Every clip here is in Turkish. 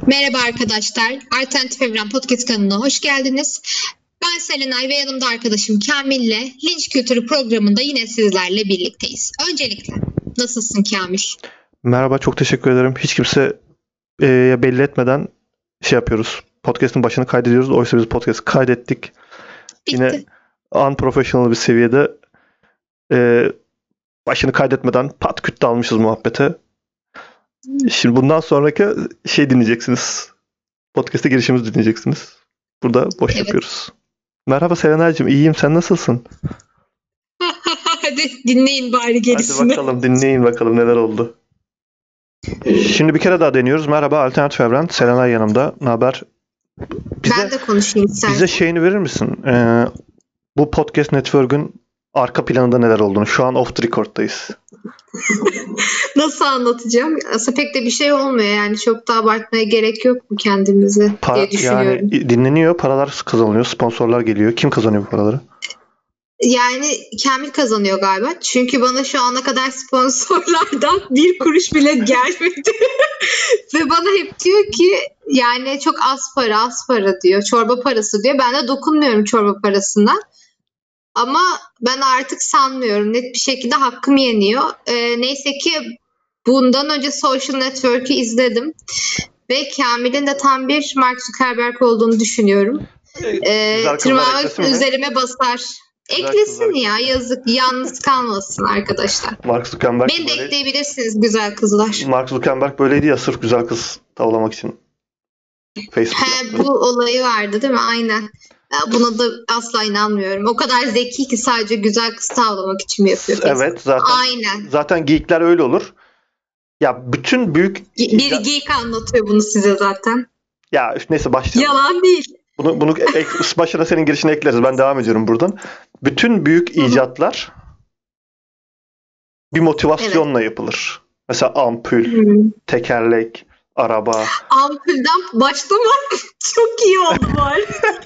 Merhaba arkadaşlar. Alternatif Evren Podcast kanalına hoş geldiniz. Ben Selenay ve yanımda arkadaşım Kamil'le Linç Kültürü programında yine sizlerle birlikteyiz. Öncelikle nasılsın Kamil? Merhaba, çok teşekkür ederim. Hiç kimse belli etmeden yapıyoruz. Podcast'ın başını kaydediyoruz. Oysa biz podcast'ı kaydettik. Yine Bitti. unprofessional bir seviyede başını kaydetmeden pat küt dalmışız muhabbete. Şimdi bundan sonraki dinleyeceksiniz. Podcast'a girişimizi dinleyeceksiniz. Burada boş Evet. yapıyoruz. Merhaba Selenay'cığım, iyiyim. Sen nasılsın? Hadi dinleyin bari Hadi gerisini. bakalım, dinleyin bakalım neler oldu. Şimdi bir kere daha deniyoruz. Merhaba Alternatif Evren. Selenay yanımda. Ne haber? Ben de konuşayım istersen. Bize şeyini verir misin? Bu Podcast Network'ün arka planında neler olduğunu. Şu an off the record'dayız. Nasıl anlatacağım? Aslında pek de bir şey olmuyor yani. Çok da abartmaya gerek yok mu kendimizi diye düşünüyorum. Yani dinleniyor, paralar kazanılıyor, sponsorlar geliyor. Kim kazanıyor bu paraları? Yani Kamil kazanıyor galiba. Çünkü bana şu ana kadar sponsorlardan bir kuruş bile gelmedi. Ve bana hep diyor ki yani çok az para diyor. Çorba parası diyor. Ben de dokunmuyorum çorba parasına. Ama ben artık sanmıyorum. Net bir şekilde hakkım yeniyor. Neyse ki bundan önce Social Network'ü izledim. Ve Kamil'in de tam bir Mark Zuckerberg olduğunu düşünüyorum. Tırmanmak üzerime basar. Güzel Eklesin kızlar. ya, yazık. Yalnız kalmasın arkadaşlar. Mark Zuckerberg Beni de ekleyebilirsiniz güzel kızlar. Mark Zuckerberg böyleydi ya, sırf güzel kız tavlamak için. Facebook yaptı. Bu olayı vardı değil mi? Aynen. Ya buna da asla inanmıyorum. O kadar zeki ki sadece güzel kız tavlamak için mi yapıyor? Evet, Aynen. zaten geekler öyle olur. Ya bütün büyük Bir geek anlatıyor bunu size zaten. ya neyse başlayalım. Yalan değil. Bunu başına senin girişine ekleriz. Ben devam ediyorum buradan. Bütün büyük icatlar bir motivasyonla yapılır. Mesela ampul, tekerlek, araba. Ampulden başlamak çok iyi oldu var.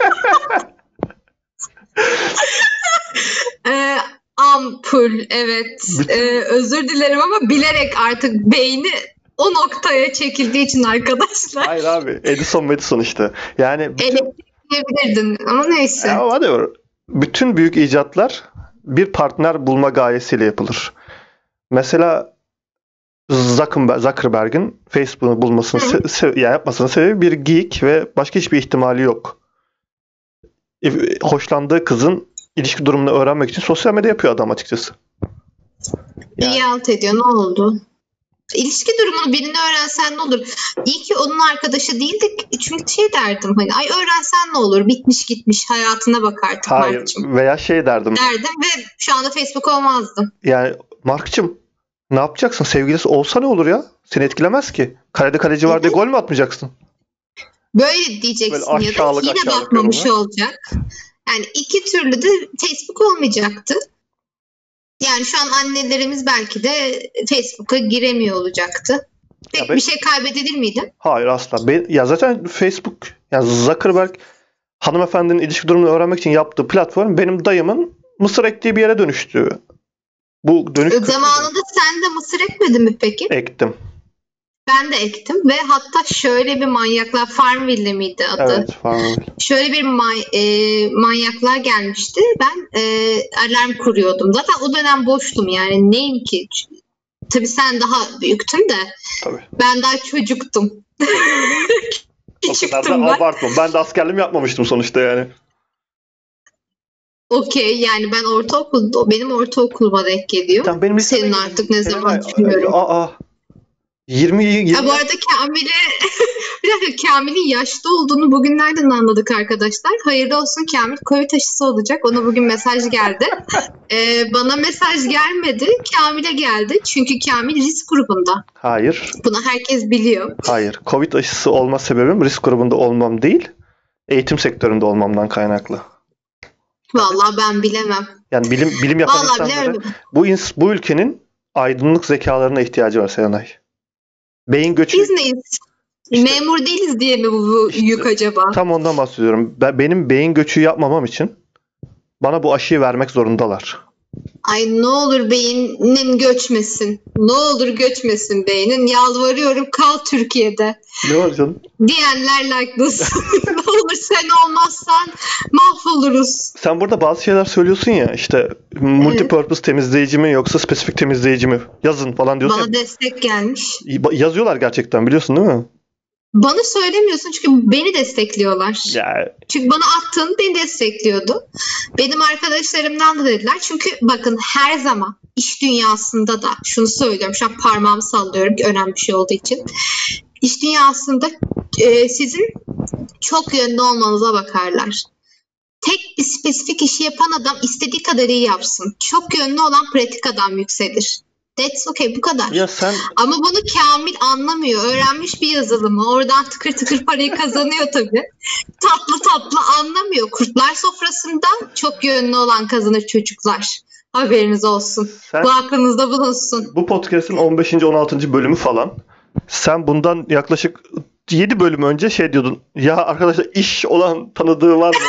Ampul, evet. Özür dilerim ama bilerek artık beyni o noktaya çekildiği için arkadaşlar. Hayır abi, Edison işte. Yani Elektrik diyebilirdin ama neyse. whatever. Bütün büyük icatlar bir partner bulma gayesiyle yapılır. Mesela Zuckerberg'in Facebook'u bulmasını yapmasının sebebi bir geek ve başka hiçbir ihtimali yok. Hoşlandığı kızın ilişki durumunu öğrenmek için sosyal medya yapıyor adam açıkçası. İyi alt ediyor. Ne oldu? İlişki durumunu birini öğrensen ne olur? İyi ki onun arkadaşı değildik. Çünkü derdim hani ay öğrensen ne olur? Bitmiş gitmiş hayatına bak artık Hayır, Mark'cığım. veya derdim ve şu anda Facebook olmazdım. Yani Mark'cığım ne yapacaksın? Sevgilisi olsa ne olur ya? Seni etkilemez ki. Kalede kaleci var diye gol mü atmayacaksın? Böyle diyeceksin Böyle ya da yine bakmamış yorumlar. olacak. Yani iki türlü de Facebook olmayacaktı. Yani şu an annelerimiz belki de Facebook'a giremiyor olacaktı. Pek bir şey kaybedilir miydi? Hayır asla. Ya zaten Facebook, yani Zuckerberg hanımefendinin ilişki durumunu öğrenmek için yaptığı platform benim dayımın mısır ektiği bir yere dönüştü. Bu dönüş Zamanında sen de mısır ekmedin mi peki? ektim. Ben de ektim ve hatta şöyle bir manyaklar, Farmville miydi adı? Evet, Farmville. Şöyle bir manyaklar gelmişti. Ben alarm kuruyordum. Zaten o dönem boştum yani neyim ki? Tabii sen daha büyüktün de. Tabii. Ben daha çocuktum. O kadar da abartma. Ben de askerliğimi yapmamıştım sonuçta yani. Okey, yani ben benim ortaokuluma denk geliyor. Tamam, benim senin artık ne zaman düşünüyorum. 20. Bu arada Kamil'in yaşlı olduğunu bugün nereden anladık arkadaşlar? Hayırlı olsun Kamil. Covid aşısı olacak. Ona bugün mesaj geldi. Bana mesaj gelmedi. Kamil'e geldi. Çünkü Kamil risk grubunda. Hayır. Bunu herkes biliyor. Hayır. Covid aşısı olma sebebim risk grubunda olmam değil, eğitim sektöründe olmamdan kaynaklı. Vallahi ben bilemem. Yani bilim yapan insanlara bu ülkenin aydınlık zekalarına ihtiyacı var Serenay. Beyin göçü. Biz neyiz? Memur değiliz diye mi bu yük acaba? Tam ondan bahsediyorum. Benim beyin göçü yapmamam için bana bu aşıyı vermek zorundalar. Ay ne olur beynin göçmesin. Ne olur göçmesin beynin. Yalvarıyorum kal Türkiye'de. Ne var canım? Diyenler like'lasın. Ne olur sen olmazsan mahvoluruz. Sen burada bazı şeyler söylüyorsun ya işte multipurpose temizleyici mi yoksa spesifik temizleyici mi? Yazın falan diyorsun Bana destek gelmiş. ya. Yazıyorlar gerçekten biliyorsun değil mi? Bana söylemiyorsun çünkü beni destekliyorlar. Ya Çünkü bana attığın beni destekliyordu. Benim arkadaşlarımdan da dediler. Çünkü bakın her zaman iş dünyasında da şunu söylüyorum. Şu an parmağımı sallıyorum ki önemli bir şey olduğu için. İş dünyasında sizin çok yönlü olmanıza bakarlar. Tek bir spesifik işi yapan adam istediği kadar iyi yapsın. Çok yönlü olan pratik adam yükselir. That's okay, bu kadar. ya sen Ama bunu Kamil anlamıyor. Öğrenmiş bir yazılımı. Oradan tıkır tıkır parayı kazanıyor tabii. Tatlı tatlı anlamıyor. Kurtlar sofrasında çok yönlü olan kazanır çocuklar. Haberiniz olsun. sen Bu aklınızda bulunsun. bu podcast'in 15. 16. bölümü falan. Sen bundan yaklaşık 7 bölüm önce şey diyordun. Ya arkadaşlar iş olan tanıdığı var mı?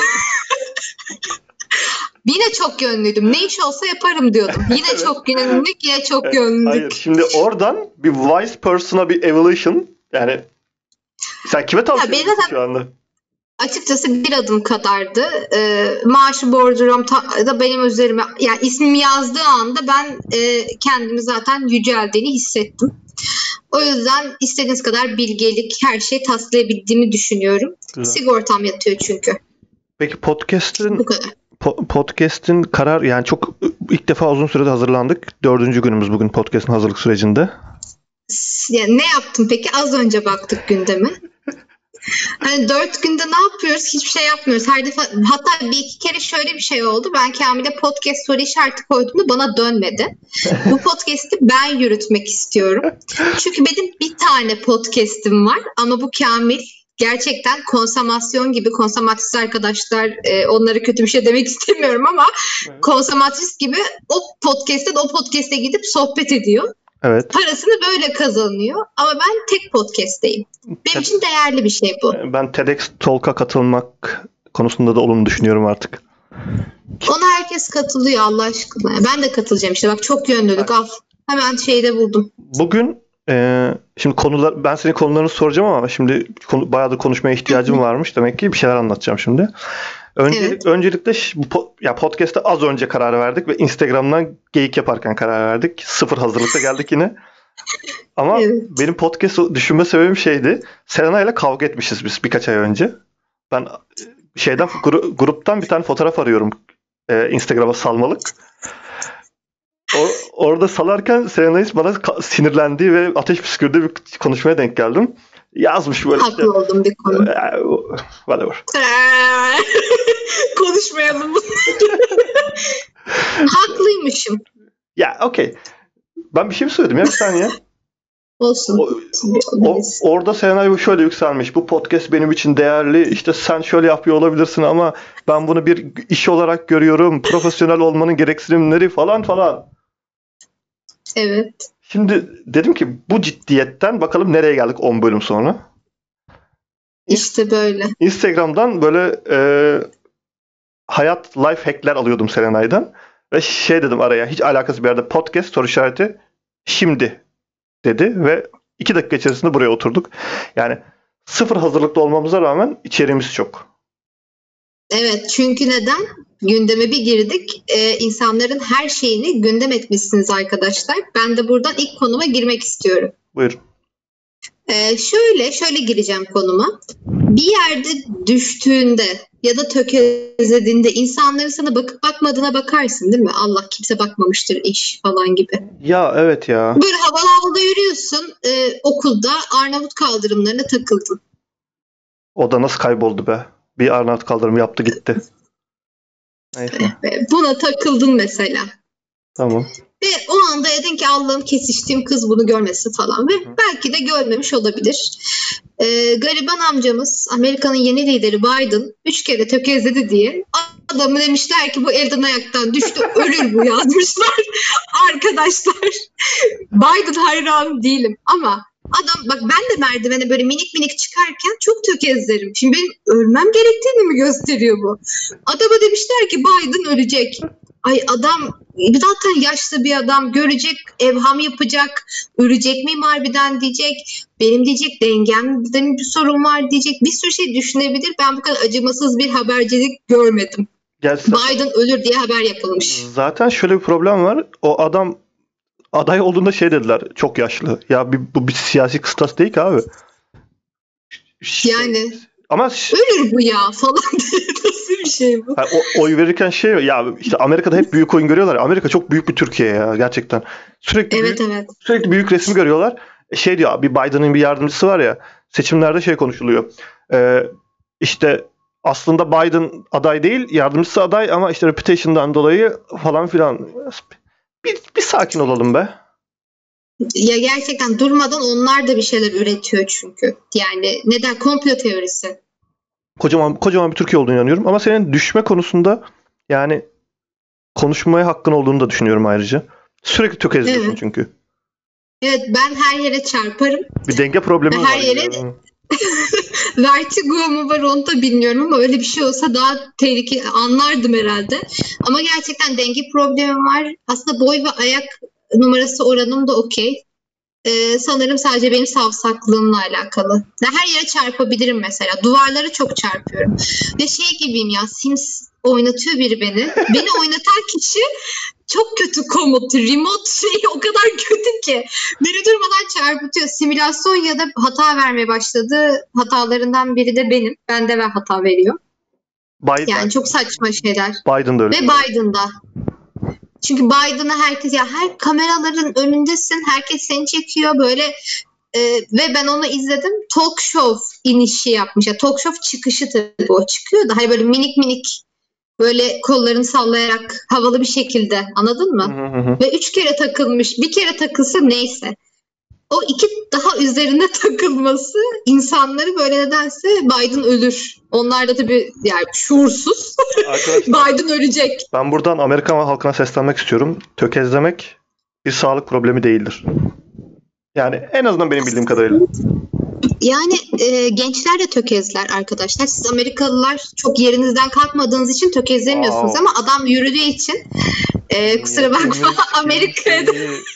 Yine çok yönlüydüm. Ne iş olsa yaparım diyordum. Yine çok yönlülük, yine çok yönlülük. Hayır. Şimdi oradan bir vice person'a bir evolution. Yani sen kime tavsiye benim ediyorsun zaten şu anda? açıkçası bir adım kadardı. Maaşı borcurum da benim üzerime, yani ismimi yazdığı anda ben kendimi zaten yüceldiğini hissettim. O yüzden istediğiniz kadar bilgelik, her şeyi taslayabildiğimi düşünüyorum. Güzel. Sigortam yatıyor çünkü. Peki Bu kadar. podcast'in karar yani çok ilk defa uzun sürede hazırlandık. 4. günümüz bugün podcast'in hazırlık sürecinde. Yani ne yaptım peki? Az önce baktık gündeme. Hani 4 günde ne yapıyoruz? Hiçbir şey yapmıyoruz. Her defa, hatta bir iki kere şöyle bir şey oldu. Ben Kamil'e podcast soru işareti koyduğumda bana dönmedi. Bu podcast'i ben yürütmek istiyorum. Çünkü benim bir tane podcast'im var ama bu Kamil gerçekten konsomasyon gibi, konsomatrist arkadaşlar, onlara kötü bir şey demek istemiyorum ama konsomatrist gibi o podcast'e gidip sohbet ediyor. Evet. Parasını böyle kazanıyor ama ben tek podcast'teyim. Benim için değerli bir şey bu. Ben TEDx Talk'a katılmak konusunda da olumlu düşünüyorum artık. Ona herkes katılıyor Allah aşkına. Ben de katılacağım işte. Bak çok yönlülük al. Hemen şeyde buldum. Bugün şimdi konular ben senin konularını soracağım ama şimdi bayağı da konuşmaya ihtiyacım varmış. Demek ki bir şeyler anlatacağım şimdi. Öncelikle podcast'a az önce karar verdik ve Instagram'dan geyik yaparken karar verdik. Sıfır hazırlıkta geldik yine. Ama benim podcast düşünme sebebim şeydi. Selena ile kavga etmişiz biz birkaç ay önce. Ben gruptan bir tane fotoğraf arıyorum. Instagram'a salmalık. Orada salarken Selena bana sinirlendiği ve ateş püskürdüğü bir konuşmaya denk geldim. Yazmış böyle Haklı işte. oldum bir konu. Whatever. Konuşmayalım. Haklıymışım. Ya okey. Ben bir şey mi söyledim ya bir saniye? Olsun. Orada senaryo şöyle yükselmiş. Bu podcast benim için değerli. İşte sen şöyle yapıyor olabilirsin ama ben bunu bir iş olarak görüyorum. Profesyonel olmanın gereksinimleri falan falan. Evet. Şimdi dedim ki bu ciddiyetten bakalım nereye geldik 10 bölüm sonra. İşte böyle. Instagram'dan böyle hayat life hack'ler alıyordum Serenay'dan. Ve şey dedim araya hiç alakası bir yerde podcast soru işareti şimdi dedi ve 2 dakika içerisinde buraya oturduk. Yani sıfır hazırlıklı olmamıza rağmen içeriğimiz çok. Evet, çünkü neden? Gündeme bir girdik. İnsanların her şeyini gündem etmişsiniz arkadaşlar. Ben de buradan ilk konuma girmek istiyorum. Buyurun. Şöyle gireceğim konuma. Bir yerde düştüğünde ya da tökezlediğinde insanların sana bakıp bakmadığına bakarsın değil mi? Allah kimse bakmamıştır iş falan gibi. Ya evet ya. Böyle havalı havalı yürüyorsun, okulda Arnavut kaldırımlarına takıldın. O da nasıl kayboldu be? Bir Arnavut kaldırımı yaptı gitti. Neyse. Buna takıldın mesela. Tamam. Ve o anda dedin ki Allah'ım kesiştiğim kız bunu görmesin falan. Ve belki de görmemiş olabilir. Gariban amcamız, Amerika'nın yeni lideri Biden 3 kere tökezledi diye adamı demişler ki bu elden ayaktan düştü ölür bu yazmışlar. Arkadaşlar Biden hayranı değilim ama adam bak ben de merdivene böyle minik minik çıkarken çok tökezlerim. Şimdi benim ölmem gerektiğini mi gösteriyor bu? Adama demişler ki Biden ölecek. Ay adam zaten yaşlı bir adam, görecek, evham yapacak, ölecek miyim harbiden diyecek, benim diyecek dengemde bir sorun var diyecek, bir sürü şey düşünebilir. Ben bu kadar acımasız bir habercilik görmedim. Biden ölür diye haber yapılmış. Zaten şöyle bir problem var. O adam aday olduğunda şey dediler, çok yaşlı. Ya bu bir siyasi kıstas değil ki abi. Yani ama ölür bu ya falan diye. Nasıl bir şey bu? Yani oy verirken şey ya işte Amerika'da hep büyük oyun görüyorlar. Amerika çok büyük bir Türkiye ya gerçekten. Sürekli büyük resmi görüyorlar. Şey diyor, bir Biden'ın bir yardımcısı var ya, seçimlerde şey konuşuluyor. İşte aslında Biden aday değil, yardımcısı aday ama işte reputation'dan dolayı falan filan. Bir sakin olalım be. Ya gerçekten durmadan onlar da bir şeyler üretiyor çünkü. Yani neden? Komplo teorisi. Kocaman bir Türkiye olduğunu inanıyorum ama senin düşme konusunda yani konuşmaya hakkın olduğunu da düşünüyorum ayrıca. Sürekli tökezliyorsun çünkü. Evet, ben her yere çarparım. Bir denge problemi var. Her yere vertigo mu var onu da bilmiyorum ama öyle bir şey olsa daha tehlikeli anlardım herhalde. Ama gerçekten denge problemi var. Aslında boy ve ayak numarası oranım da okey. Sanırım sadece benim savsaklığımla alakalı. Her yere çarpabilirim mesela. Duvarlara çok çarpıyorum. Ve şey gibiyim ya, Sims oynatıyor biri beni. Beni oynatan kişi çok kötü komutu. Remote şeyi o kadar kötü ki. Beni durmadan çarpıtıyor. Simülasyon ya da hata vermeye başladı. Hatalarından biri de benim. Bende ve hata veriyor. Yani çok saçma şeyler. Biden'da öyle. Ve Biden'da. Çünkü Biden'a herkes, ya her kameraların önündesin, herkes seni çekiyor böyle ve ben onu izledim. Talk show inişi yapmış. Ya, talk show çıkışı tabii o çıkıyor da hani böyle minik böyle kollarını sallayarak havalı bir şekilde, anladın mı? Ve 3 kere takılmış. Bir kere takılsa neyse. O 2 daha üzerine takılması insanları böyle nedense Biden ölür. Onlar da tabii yani şuursuz. Biden ölecek. Ben buradan Amerikan halkına seslenmek istiyorum. Tökezlemek bir sağlık problemi değildir. Yani en azından benim bildiğim kadarıyla. Yani gençler de tökezler arkadaşlar. Siz Amerikalılar çok yerinizden kalkmadığınız için tökezlemiyorsunuz ama adam yürüdüğü için kusura bakma Amerika'da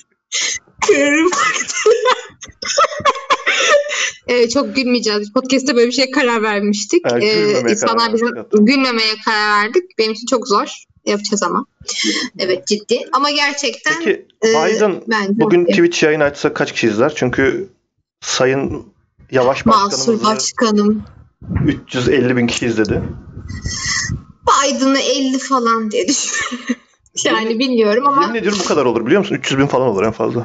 çok gülmeyeceğiz. Podcast'ta böyle bir şeye karar vermiştik. İnsanlar bizim gülmemeye karar verdik. Benim için çok zor. Yapacağız ama. Evet, ciddi. Ama gerçekten peki Biden bugün Twitch yayın açsa kaç kişi izler? Çünkü Sayın Yavaş Mansur Başkanım 350.000 kişi izledi. Biden'ı 50 falan diye düşünüyorum. Yani bilmiyorum ama. Yemin ediyorum bu kadar olur, biliyor musun? 300.000 falan olur en fazla.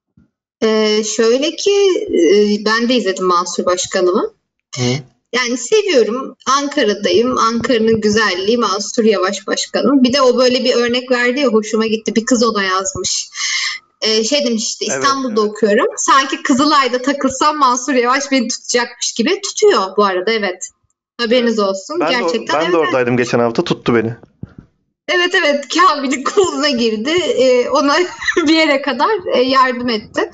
Şöyle ki ben de izledim Mansur Başkanımı. Yani seviyorum. Ankara'dayım. Ankara'nın güzelliği Mansur Yavaş Başkanım. Bir de o böyle bir örnek verdi ya, hoşuma gitti. Bir kız ona yazmış. Şey demiş işte, İstanbul'da okuyorum. Sanki Kızılay'da takılsam Mansur Yavaş beni tutacakmış gibi. Tutuyor bu arada, evet. Haberiniz olsun. Gerçekten ben de oradaydım geçen hafta, tuttu beni. Evet Kamil'in koluna girdi. Ona bir yere kadar yardım etti.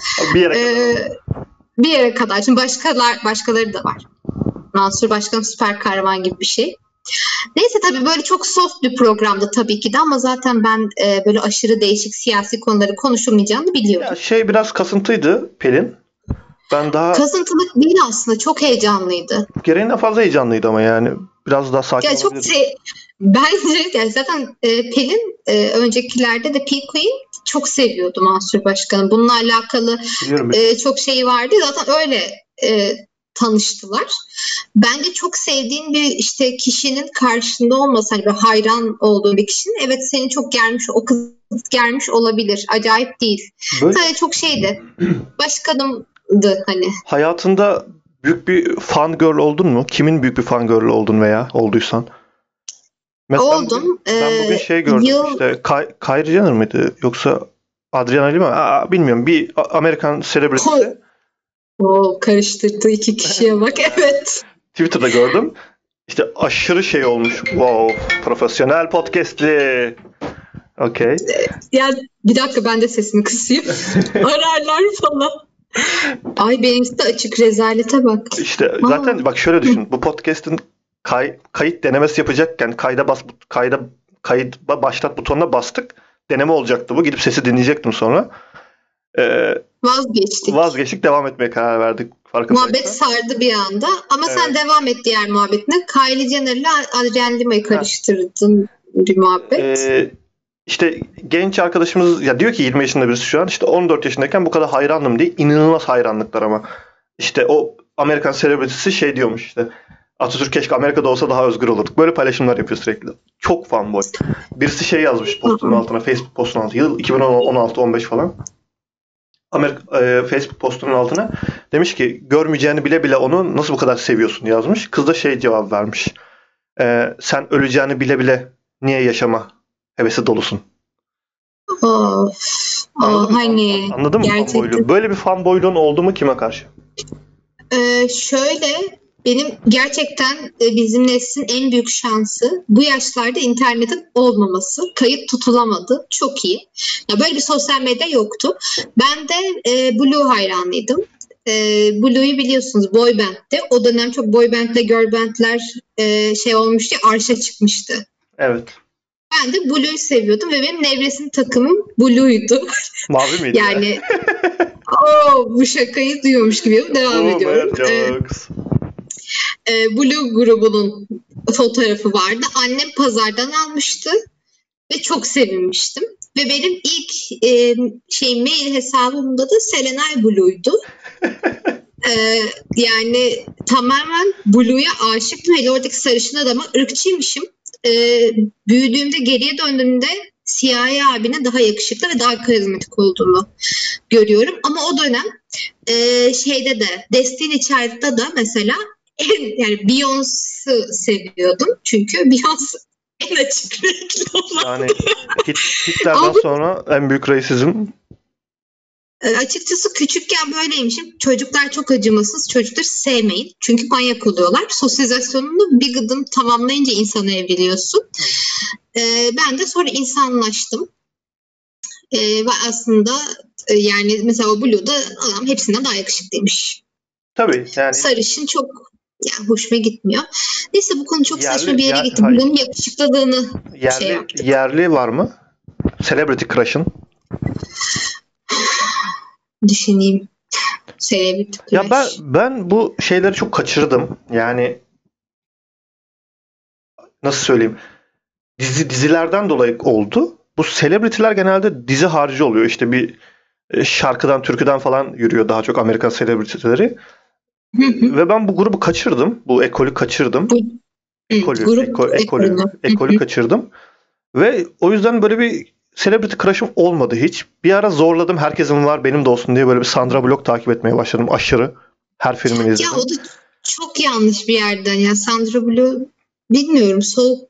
Bir yere kadar. Şimdi başkaları da var. Mansur Başkan süper kahraman gibi bir şey. Neyse, tabii böyle çok soft bir programdı tabii ki de ama zaten ben böyle aşırı değişik siyasi konuları konuşulmayacağını biliyorum. Ya şey biraz kasıntıydı Pelin. Kasıntılık değil aslında, çok heyecanlıydı. Gereğinden fazla heyecanlıydı ama yani biraz daha sakin olabilirdi. Bence yani zaten Pelin öncekilerde de P-Queen çok seviyordu Mansur Başkan'ın. Bununla alakalı çok şeyi vardı. Zaten öyle tanıştılar. Bence çok sevdiğin bir işte kişinin karşında olmasa, hani hayran olduğun bir kişinin, evet seni çok germiş, o kız germiş olabilir. Acayip değil. Sadece çok şeydi. Başkanımdı hani. Hayatında büyük bir fan girl oldun mu? Kimin büyük bir fan girl oldun veya olduysan? Mesela oldum. Ben bugün şey gördüm işte Kylie Jenner mıydı yoksa Adriana Lima mi? Bilmiyorum. Bir Amerikan celebrity'si. Karıştırdı iki kişiye bak. Evet. Twitter'da gördüm. İşte aşırı şey olmuş. Wow. Profesyonel podcast'li. Okay. Ya bir dakika, ben de sesini kısayım. Ararlar falan. Ay benimki de açık, rezalete bak. İşte zaten bak şöyle düşün. Bu podcast'in kayıt denemesi yapacakken kayda kayıt başlat butonuna bastık. Deneme olacaktı bu. Gidip sesi dinleyecektim sonra. Vazgeçtik. Vazgeçtik. Devam etmeye karar verdik. Muhabbet sardı bir anda. Ama sen devam et diğer muhabbetine. Kylie Jenner'la Adrian Lima'yı karıştırdın bir muhabbet. İşte genç arkadaşımız ya diyor ki 20 yaşında birisi şu an. İşte 14 yaşındayken bu kadar hayranım diye. İnanılmaz hayranlıklar ama. İşte o Amerikan selebrity'si şey diyormuş işte. Atatürk keşke Amerika'da olsa daha özgür olurduk. Böyle paylaşımlar yapıyor sürekli. Çok fanboy. Birisi şey yazmış postun altına. Facebook postun altına. Yıl 2016-15 falan. Facebook postunun altına. Demiş ki görmeyeceğini bile bile onu nasıl bu kadar seviyorsun yazmış. Kız da şey cevap vermiş. Sen öleceğini bile bile niye yaşama hevesi dolusun. Hani Anladın mı fanboyluğu? Böyle bir fanboyluğun oldu mu kime karşı? Şöyle benim gerçekten bizim neslin en büyük şansı bu yaşlarda internetin olmaması. Kayıt tutulamadı. Çok iyi. Ya böyle bir sosyal medya yoktu. Ben de Blue hayranıydım. Blue'yu biliyorsunuz boy band'ti. O dönem çok boy band'le girl band'ler şey olmuştu, arşa çıkmıştı. Evet. Ben de Blue'yu seviyordum ve benim nevresim takımım Blue'ydu. Mavi miydi? Yani bu şakayı duyuyormuş gibi devam ediyorum. Blue grubunun fotoğrafı vardı. Annem pazardan almıştı ve çok sevinmiştim. Ve benim ilk mail hesabımda da Selenay Blue'ydu. Yani tamamen Blue'ya aşıktım. Hele oradaki sarışın adama ırkçıymışım. Büyüdüğümde, geriye döndüğümde siyahi abine daha yakışıklı ve daha karizmatik olduğunu görüyorum. Ama o dönem şeyde de Destiny Child'da da mesela yani Beyoncé'ı seviyordum. Çünkü Beyoncé en açık renkli olan. Yani Hitler'den sonra en büyük racism. Açıkçası küçükken böyleymişim. Çocuklar çok acımasız. Çocukları sevmeyin. Çünkü manyak oluyorlar. Sosyalizasyonunu bir gıdım tamamlayınca insana evriliyorsun. Ben de sonra insanlaştım. Ve aslında yani mesela o Blue'da adam hepsinden daha yakışıklıymış. Tabii yani. Sarışın çok yani hoşuma gitmiyor. Neyse bu konu çok saçma bir yere gitti. Blue'nun yakışıklılığını şey yaptık. Yerli var mı? Celebrity crush'ın. Düşüneyim. Celebrity crush. Ya ben bu şeyleri çok kaçırdım. Yani nasıl söyleyeyim? Dizilerden dolayı oldu. Bu celebrity'ler genelde dizi harcı oluyor. İşte bir şarkıdan, türküden falan yürüyor daha çok Amerikan celebrity'leri. Ve ben bu grubu kaçırdım. Bu ekolü kaçırdım. Ekolü kaçırdım. Ve o yüzden böyle bir celebrity crush'ım olmadı hiç. Bir ara zorladım herkesin var benim de olsun diye böyle bir Sandra Bullock takip etmeye başladım aşırı. Her filmini izledim. Ya o da çok yanlış bir yerden ya. Sandra Bullock bilmiyorum soğuk.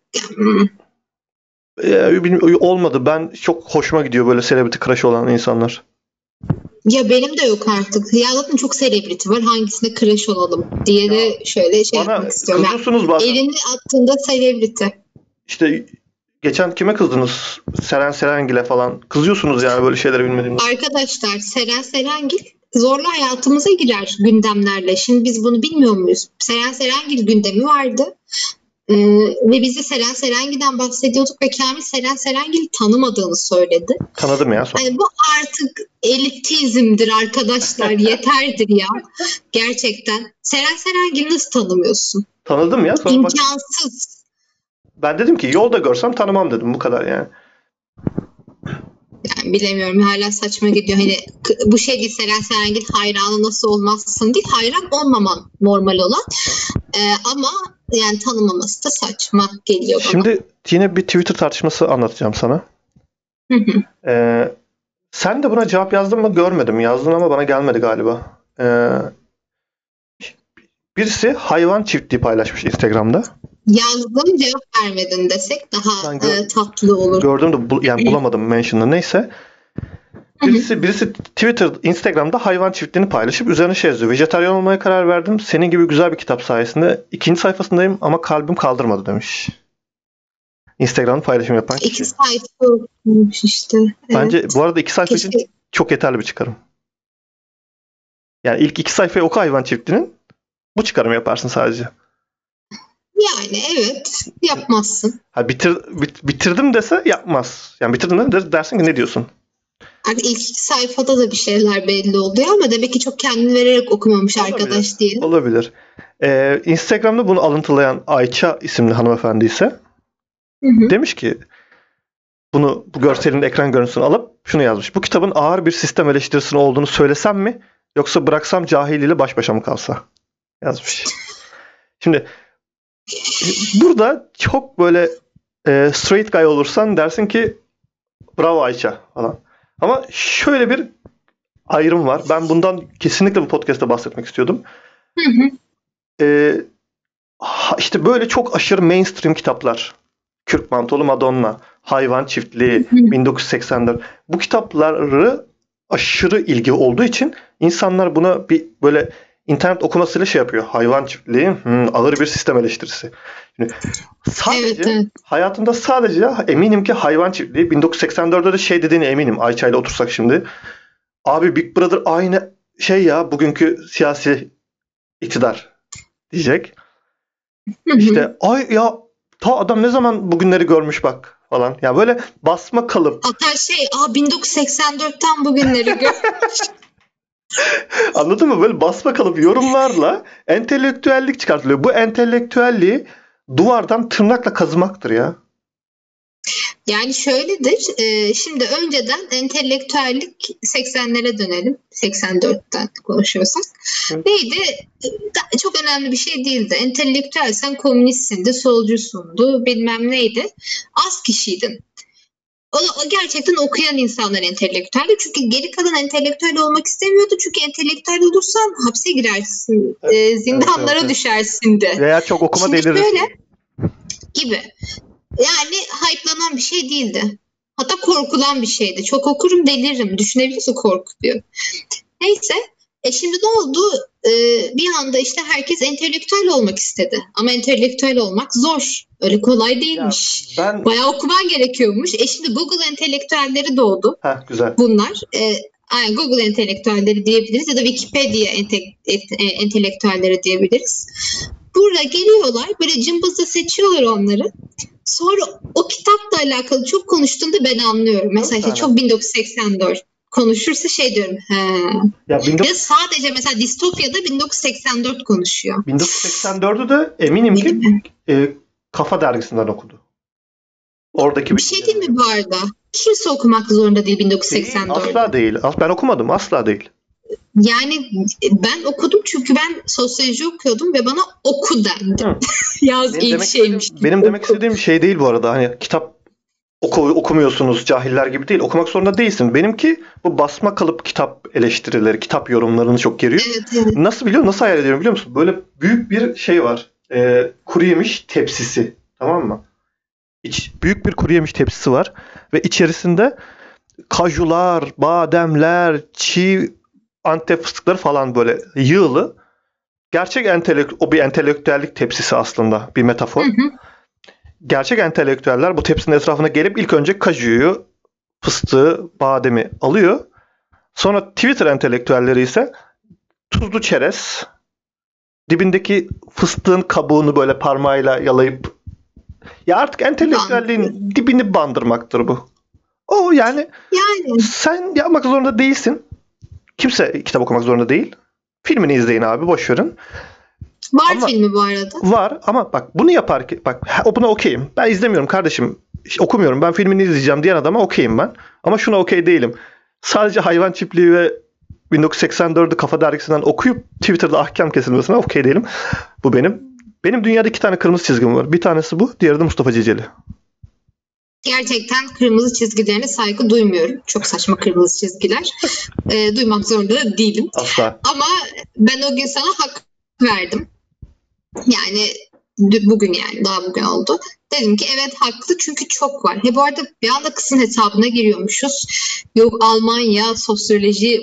Olmadı. Ben çok hoşuma gidiyor böyle celebrity crush olan insanlar. Ya benim de yok artık. Ya zaten çok celebrity var. Hangisine crush olalım diye de şöyle şey yapmak istiyorum. Kızıyorsunuz bazen. Elini attığında celebrity. İşte geçen kime kızdınız? Seren Serengil'e falan. Kızıyorsunuz yani böyle şeyleri bilmediğimde. Arkadaşlar Seren Serengil zorla hayatımıza girer gündemlerle. Şimdi biz bunu bilmiyor muyuz? Seren Serengil gündemi vardı. Ve biz de Seren Serengil'den bahsediyorduk ve Kamil Seren Serengil'i tanımadığını söyledi. Tanıdım ya sonra. Yani bu artık elitizmdir arkadaşlar. Yeterdir ya. Gerçekten. Seren Serengil'i nasıl tanımıyorsun? Tanıdım ya. Sonra İmkansız. Ben dedim ki yolda görsem tanımam dedim. Bu kadar yani. Yani bilemiyorum. Hala saçma gidiyor. Hani bu şey değil, Seren Serengil hayranı nasıl olmazsın değil. Hayran olmaman normal olan. Ama yani tanımaması da saçma geliyor bana. Şimdi yine bir Twitter tartışması anlatacağım sana. Sen de buna cevap yazdın mı? Görmedim. Yazdın ama bana gelmedi galiba. Birisi hayvan çiftliği paylaşmış Instagram'da. Yazdım cevap vermedin desek daha tatlı olur. Gördüm de yani bulamadım mention'ı neyse. Birisi Instagram'da hayvan çiftliğini paylaşıp üzerine şey yazıyor. Vejetaryen olmaya karar verdim. Senin gibi güzel bir kitap sayesinde. 2. sayfasındayım ama kalbim kaldırmadı demiş. Instagram'da paylaşım yapan kişi. 2 sayfa olmuş işte. Bence evet. Bu arada 2 sayfa için çok yeterli bir çıkarım. Yani ilk 2 sayfayı oku hayvan çiftliğinin. Bu çıkarımı yaparsın sadece. Yani evet, yapmazsın. Ha, bitirdim dese yapmaz. Yani bitirdim dersin ki ne diyorsun? Yani ilk iki sayfada da bir şeyler belli oluyor ama demek ki çok kendini vererek okumamış Olabilir. arkadaş diyelim. Olabilir. Instagram'da bunu alıntılayan Ayça isimli hanımefendi ise Hı hı. demiş ki bu görselin ekran görüntüsünü alıp şunu yazmış. Bu kitabın ağır bir sistem eleştirisinin olduğunu söylesem mi yoksa bıraksam cahiliyle baş başa mı kalsa yazmış. Şimdi burada çok böyle straight guy olursan dersin ki bravo Ayça falan. Ama şöyle bir ayrım var. Ben bundan kesinlikle bu podcast'ta bahsetmek istiyordum. Hı hı. E, işte böyle çok aşırı mainstream kitaplar. Kürk Mantolu Madonna, Hayvan Çiftliği, Hı. 1984. Bu kitapları aşırı ilgi olduğu için insanlar buna bir böyle internet okumasıyla şey yapıyor. Hayvan Çiftliği, ağır bir sistem eleştirisi. Şimdi sadece Evet. hayatında sadece eminim ki Hayvan Çiftliği 1984'de de şey dediğine eminim. Ayça ile otursak şimdi. Abi Big Brother aynı şey ya bugünkü siyasi iktidar diyecek. Hı hı. İşte ay ya ta adam ne zaman bugünleri görmüş bak falan. Ya böyle basma kalıp Hatta 1984'ten bugünleri gör. anladın mı? Böyle basma kalıp yorumlarla entelektüellik çıkartılıyor. Bu entelektüelliği duvardan tırnakla kazımaktır ya. Yani şöyledir. Şimdi önceden entelektüellik 80'lere dönelim. 84'ten konuşuyorsak. Evet. Neydi? Çok önemli bir şey değildi. Entelektüelsen komünistsin solcusundu, bilmem neydi. Az kişiydin. O gerçekten okuyan insanlar entelektüeldi. Çünkü geri kalan entelektüel olmak istemiyordu. Çünkü entelektüel olursan hapse girersin, zindanlara Evet. düşersin de. Veya çok okuma Şimdi delirirsin. şöyle gibi. Yani hype'lanan bir şey değildi. Hatta korkulan bir şeydi. Çok okurum deliririm. Düşünebiliyorsun korku diyor. Neyse. Şimdi ne oldu? Bir anda işte herkes entelektüel olmak istedi. Ama entelektüel olmak zor. Öyle kolay Ya değilmiş. ben Bayağı okuman gerekiyormuş. Şimdi Google entelektüelleri doğdu. güzel. Bunlar. Yani Google entelektüelleri diyebiliriz ya da Wikipedia entelektüelleri diyebiliriz. Burada geliyorlar böyle cımbızla seçiyorlar onları. Sonra o kitapla alakalı çok konuştuğunda ben anlıyorum. Mesela işte çok 1984 konuşursa şey diyorum. Ya Ya sadece mesela Distopya'da 1984 konuşuyor. 1984'ü de eminim ki Kafa Dergisi'nden okudu. Oradaki Bir şey değil mi bu arada? Kimse okumak zorunda değil 1984'ü. Asla değil. Ben okumadım. Asla değil. Yani ben okudum çünkü ben sosyoloji okuyordum ve bana oku dendi. Yaz ilk şeymiş. Benim demek istediğim şey değil bu arada. Hani kitap okumuyorsunuz cahiller gibi değil. Okumak zorunda değilsin. Benimki bu basma kalıp kitap eleştirileri, kitap yorumlarını çok geriyor. Evet. Nasıl hayal ediyorum biliyor musun? Böyle büyük bir şey var. Kuru yemiş tepsisi. Tamam mı? Büyük bir kuru yemiş tepsisi var. Ve içerisinde kajular, bademler, çiğ Antep fıstıkları falan böyle yığılı. Gerçek o bir entelektüellik tepsisi aslında. Bir metafor. Hı hı. Gerçek entelektüeller bu tepsinin etrafına gelip ilk önce kajuyu, fıstığı, bademi alıyor. Sonra Twitter entelektüelleri ise tuzlu çerez, dibindeki fıstığın kabuğunu böyle parmağıyla yalayıp ya artık entelektüelliğin dibini bandırmaktır bu. O yani sen yapmak zorunda değilsin. Kimse kitap okumak zorunda değil. Filmini izleyin abi, boş verin. Var filmi bu arada. Var ama bak bunu yaparken buna okeyim. Ben izlemiyorum kardeşim. Okumuyorum. Ben filmini izleyeceğim diyen adama okeyim ben. Ama şuna okey değilim. Sadece Hayvan Çiftliği ve 1984'ü Kafa Dergisi'nden okuyup Twitter'da ahkam kesilmesine okey değilim. Bu benim dünyada 2 tane kırmızı çizgim var. Bir tanesi bu, diğeri de Mustafa Ceceli. Gerçekten kırmızı çizgilerine saygı duymuyorum. Çok saçma kırmızı çizgiler. Duymak zorunda da değilim. Asla. Ama ben o gün sana hak verdim. Yani bugün yani daha bugün oldu. Dedim ki evet haklı çünkü çok var. Bu arada bir anda kızın hesabına giriyormuşuz. Yok Almanya sosyoloji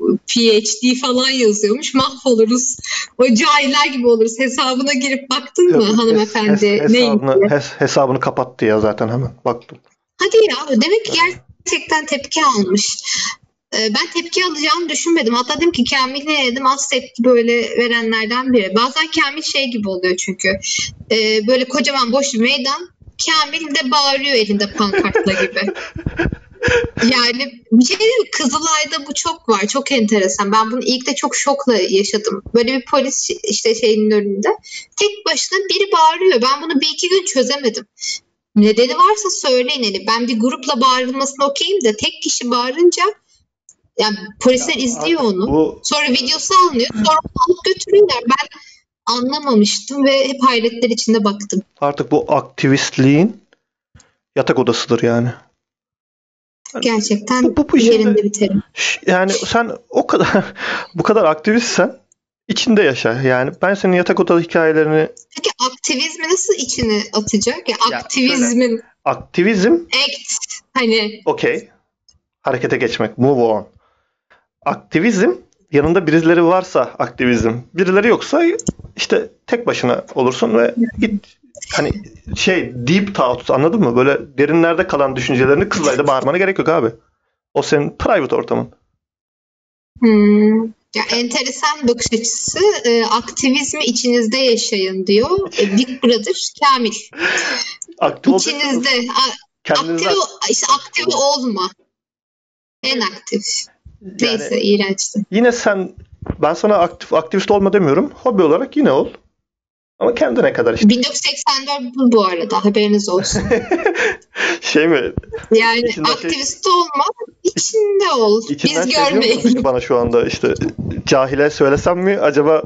PhD falan yazıyormuş. Mahvoluruz. O cahiller gibi oluruz. Hesabına girip baktın mı hanımefendi? Hesabını kapattı ya zaten hemen baktım. Hadi ya demek ki gerçekten tepki almış. Ben tepki alacağımı düşünmedim. Hatta dedim ki Kamil ne dedim, az tepki böyle verenlerden biri. Bazen Kamil şey gibi oluyor çünkü. Böyle kocaman boş bir meydan. Kamil de bağırıyor elinde pankartla gibi. Yani bir şey değil mi? Kızılay'da bu çok var. Çok enteresan. Ben bunu ilk de çok şokla yaşadım. Böyle bir polis işte şeyinin önünde. Tek başına biri bağırıyor. Ben bunu bir iki gün çözemedim. Nedeni varsa söyleyin. Yani ben bir grupla bağırılmasına okeyim de tek kişi bağırınca yani polisler izliyor onu. Sonra videosu alınıyor. Sonra alıp götürüyorlar. Ben anlamamıştım ve hep hayretler içinde baktım. Artık bu aktivistliğin yatak odasıdır yani. Gerçekten bu yerinde bir terim. Yani sen o kadar bu kadar aktivistsen içinde yaşa. Yani ben senin yatak oda hikayelerini... Peki aktivizmi nasıl içine atacak? Ya aktivizmin... Aktivizm... Act. Hani... Okey. Harekete geçmek. Move on. Aktivizm yanında birileri varsa aktivizm. Birileri yoksa işte tek başına olursun ve git hani deep thoughts, anladın mı? Böyle derinlerde kalan düşüncelerini Kızılay'da bağırmana gerek yok abi. O senin private ortamın. Ya enteresan bakış açısı. Aktivizmi içinizde yaşayın diyor. Big Brother Kamil. İçinizde. Aktif olma. En aktif. Neyse yani, iğrençti. Yine ben sana aktivist olma demiyorum. Hobi olarak yine ol. Ama kendine kadar işte. 1984 bu arada, haberiniz olsun. Şey mi? Yani aktivist olma, içinde ol. İçinden biz görmeyelim. Bana şu anda işte cahile söylesem mi acaba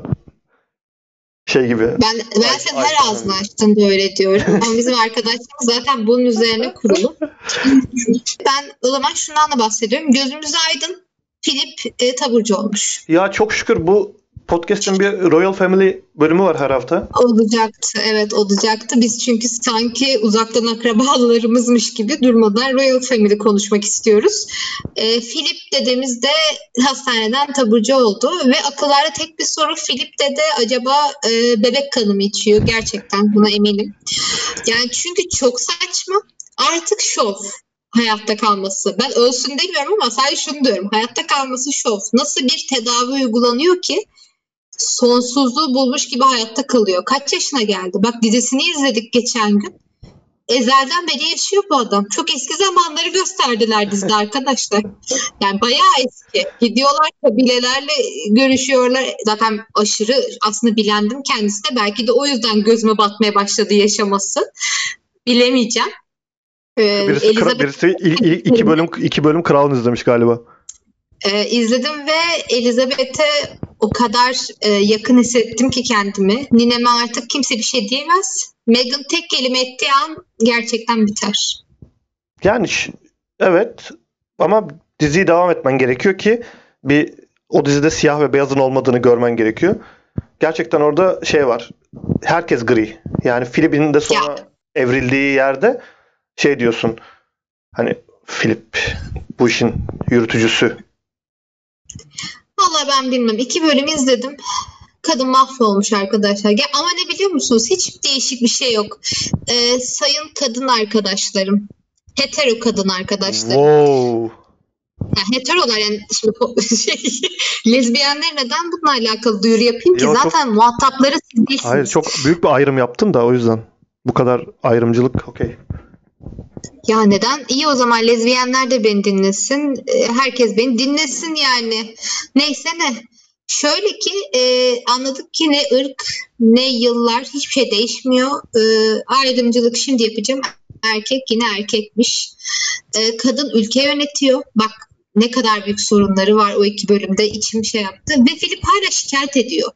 şey gibi. Ben senin her ağzını açtın böyle diyorum. Ama bizim arkadaşlarımız zaten bunun üzerine kurulu. Ben o zaman şundan da bahsediyorum. Gözümüz aydın. Filip taburcu olmuş. Ya çok şükür bu podcast'ın bir Royal Family bölümü var her hafta. Olacaktı. Evet olacaktı. Biz çünkü sanki uzaktan akrabalarımızmış gibi durmadan Royal Family konuşmak istiyoruz. Filip dedemiz de hastaneden taburcu oldu ve akıllarda tek bir soru, Filip dede acaba bebek kanı mı içiyor? Gerçekten buna eminim. Yani çünkü çok saçma. Artık şov. Hayatta kalması. Ben ölsün demiyorum ama sadece şunu diyorum. Hayatta kalması şov. Nasıl bir tedavi uygulanıyor ki sonsuzluğu bulmuş gibi hayatta kalıyor. Kaç yaşına geldi? Bak dizisini izledik geçen gün. Ezelden beri yaşıyor bu adam. Çok eski zamanları gösterdiler dizide arkadaşlar. Yani bayağı eski. Gidiyorlar kabilelerle görüşüyorlar. Zaten aşırı aslında bilendim kendisi de. Belki de o yüzden gözüme batmaya başladı yaşaması. Bilemeyeceğim. Birisi iki bölüm Crown izlemiş galiba. İzledim ve Elizabeth'e o kadar yakın hissettim ki kendimi. Nineme artık kimse bir şey diyemez. Meghan tek kelime ettiği an gerçekten biter. Yani evet ama diziyi devam etmen gerekiyor ki o dizide siyah ve beyazın olmadığını görmen gerekiyor. Gerçekten orada şey var. Herkes gri. Yani Philip'in de sonra evrildiği yerde şey diyorsun. Hani Philip bu işin yürütücüsü. Vallahi ben bilmem. 2 bölüm izledim. Kadın mahvolmuş arkadaşlar. Ama ne biliyor musunuz? Hiç değişik bir şey yok. Sayın kadın arkadaşlarım. Hetero kadın arkadaşlarım. Wow. Yani heterolar yani şimdi lezbiyenler neden bununla alakalı duyuru yapayım ki? Zaten muhatapları siz değilsiniz. Hayır, çok büyük bir ayrım yaptın da o yüzden. Bu kadar ayrımcılık okey. Ya neden? İyi o zaman lezbiyenler de beni dinlesin. Herkes beni dinlesin yani. Neyse ne. Şöyle ki anladık ki ne ırk ne yıllar hiçbir şey değişmiyor. Ayrımcılık şimdi yapacağım. Erkek yine erkekmiş. Kadın ülke yönetiyor. Bak ne kadar büyük sorunları var o 2 bölümde, içim şey yaptı. Ve Filip hala şikayet ediyor.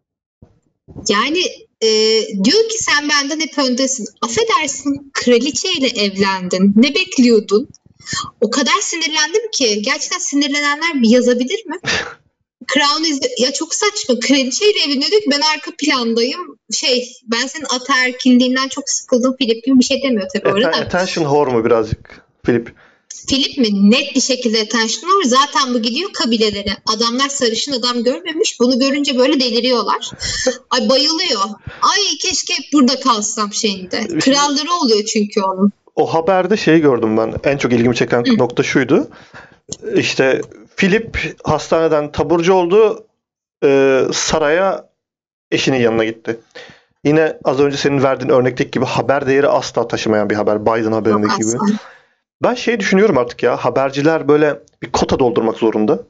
Yani diyor ki sen benden hep öndesin. Affedersin, kraliçeyle evlendin. Ne bekliyordun? O kadar sinirlendim ki. Gerçekten sinirlenenler bir yazabilir mi? Crown ya çok saçma. Kraliçeyle evleniyor diyor ki ben arka plandayım. Ben senin ataerkilliğinden çok sıkıldım. Filip gibi bir şey demiyor tabii orada. Attention whore mu birazcık Filip? Filip mi? Net bir şekilde attention whore. Zaten bu gidiyor kabilelere. Adamlar sarışın adam görmemiş. Bunu görünce böyle deliriyorlar. Ay bayılıyor. Ay keşke hep burada kalsam şeyinde. Kralları oluyor çünkü onun. O haberde gördüm ben. En çok ilgimi çeken nokta şuydu. İşte Philip hastaneden taburcu oldu. Saraya eşinin yanına gitti. Yine az önce senin verdiğin örnekteki gibi haber değeri asla taşımayan bir haber. Biden haberindeki gibi. Ben düşünüyorum artık ya. Haberciler böyle bir kota doldurmak zorunda.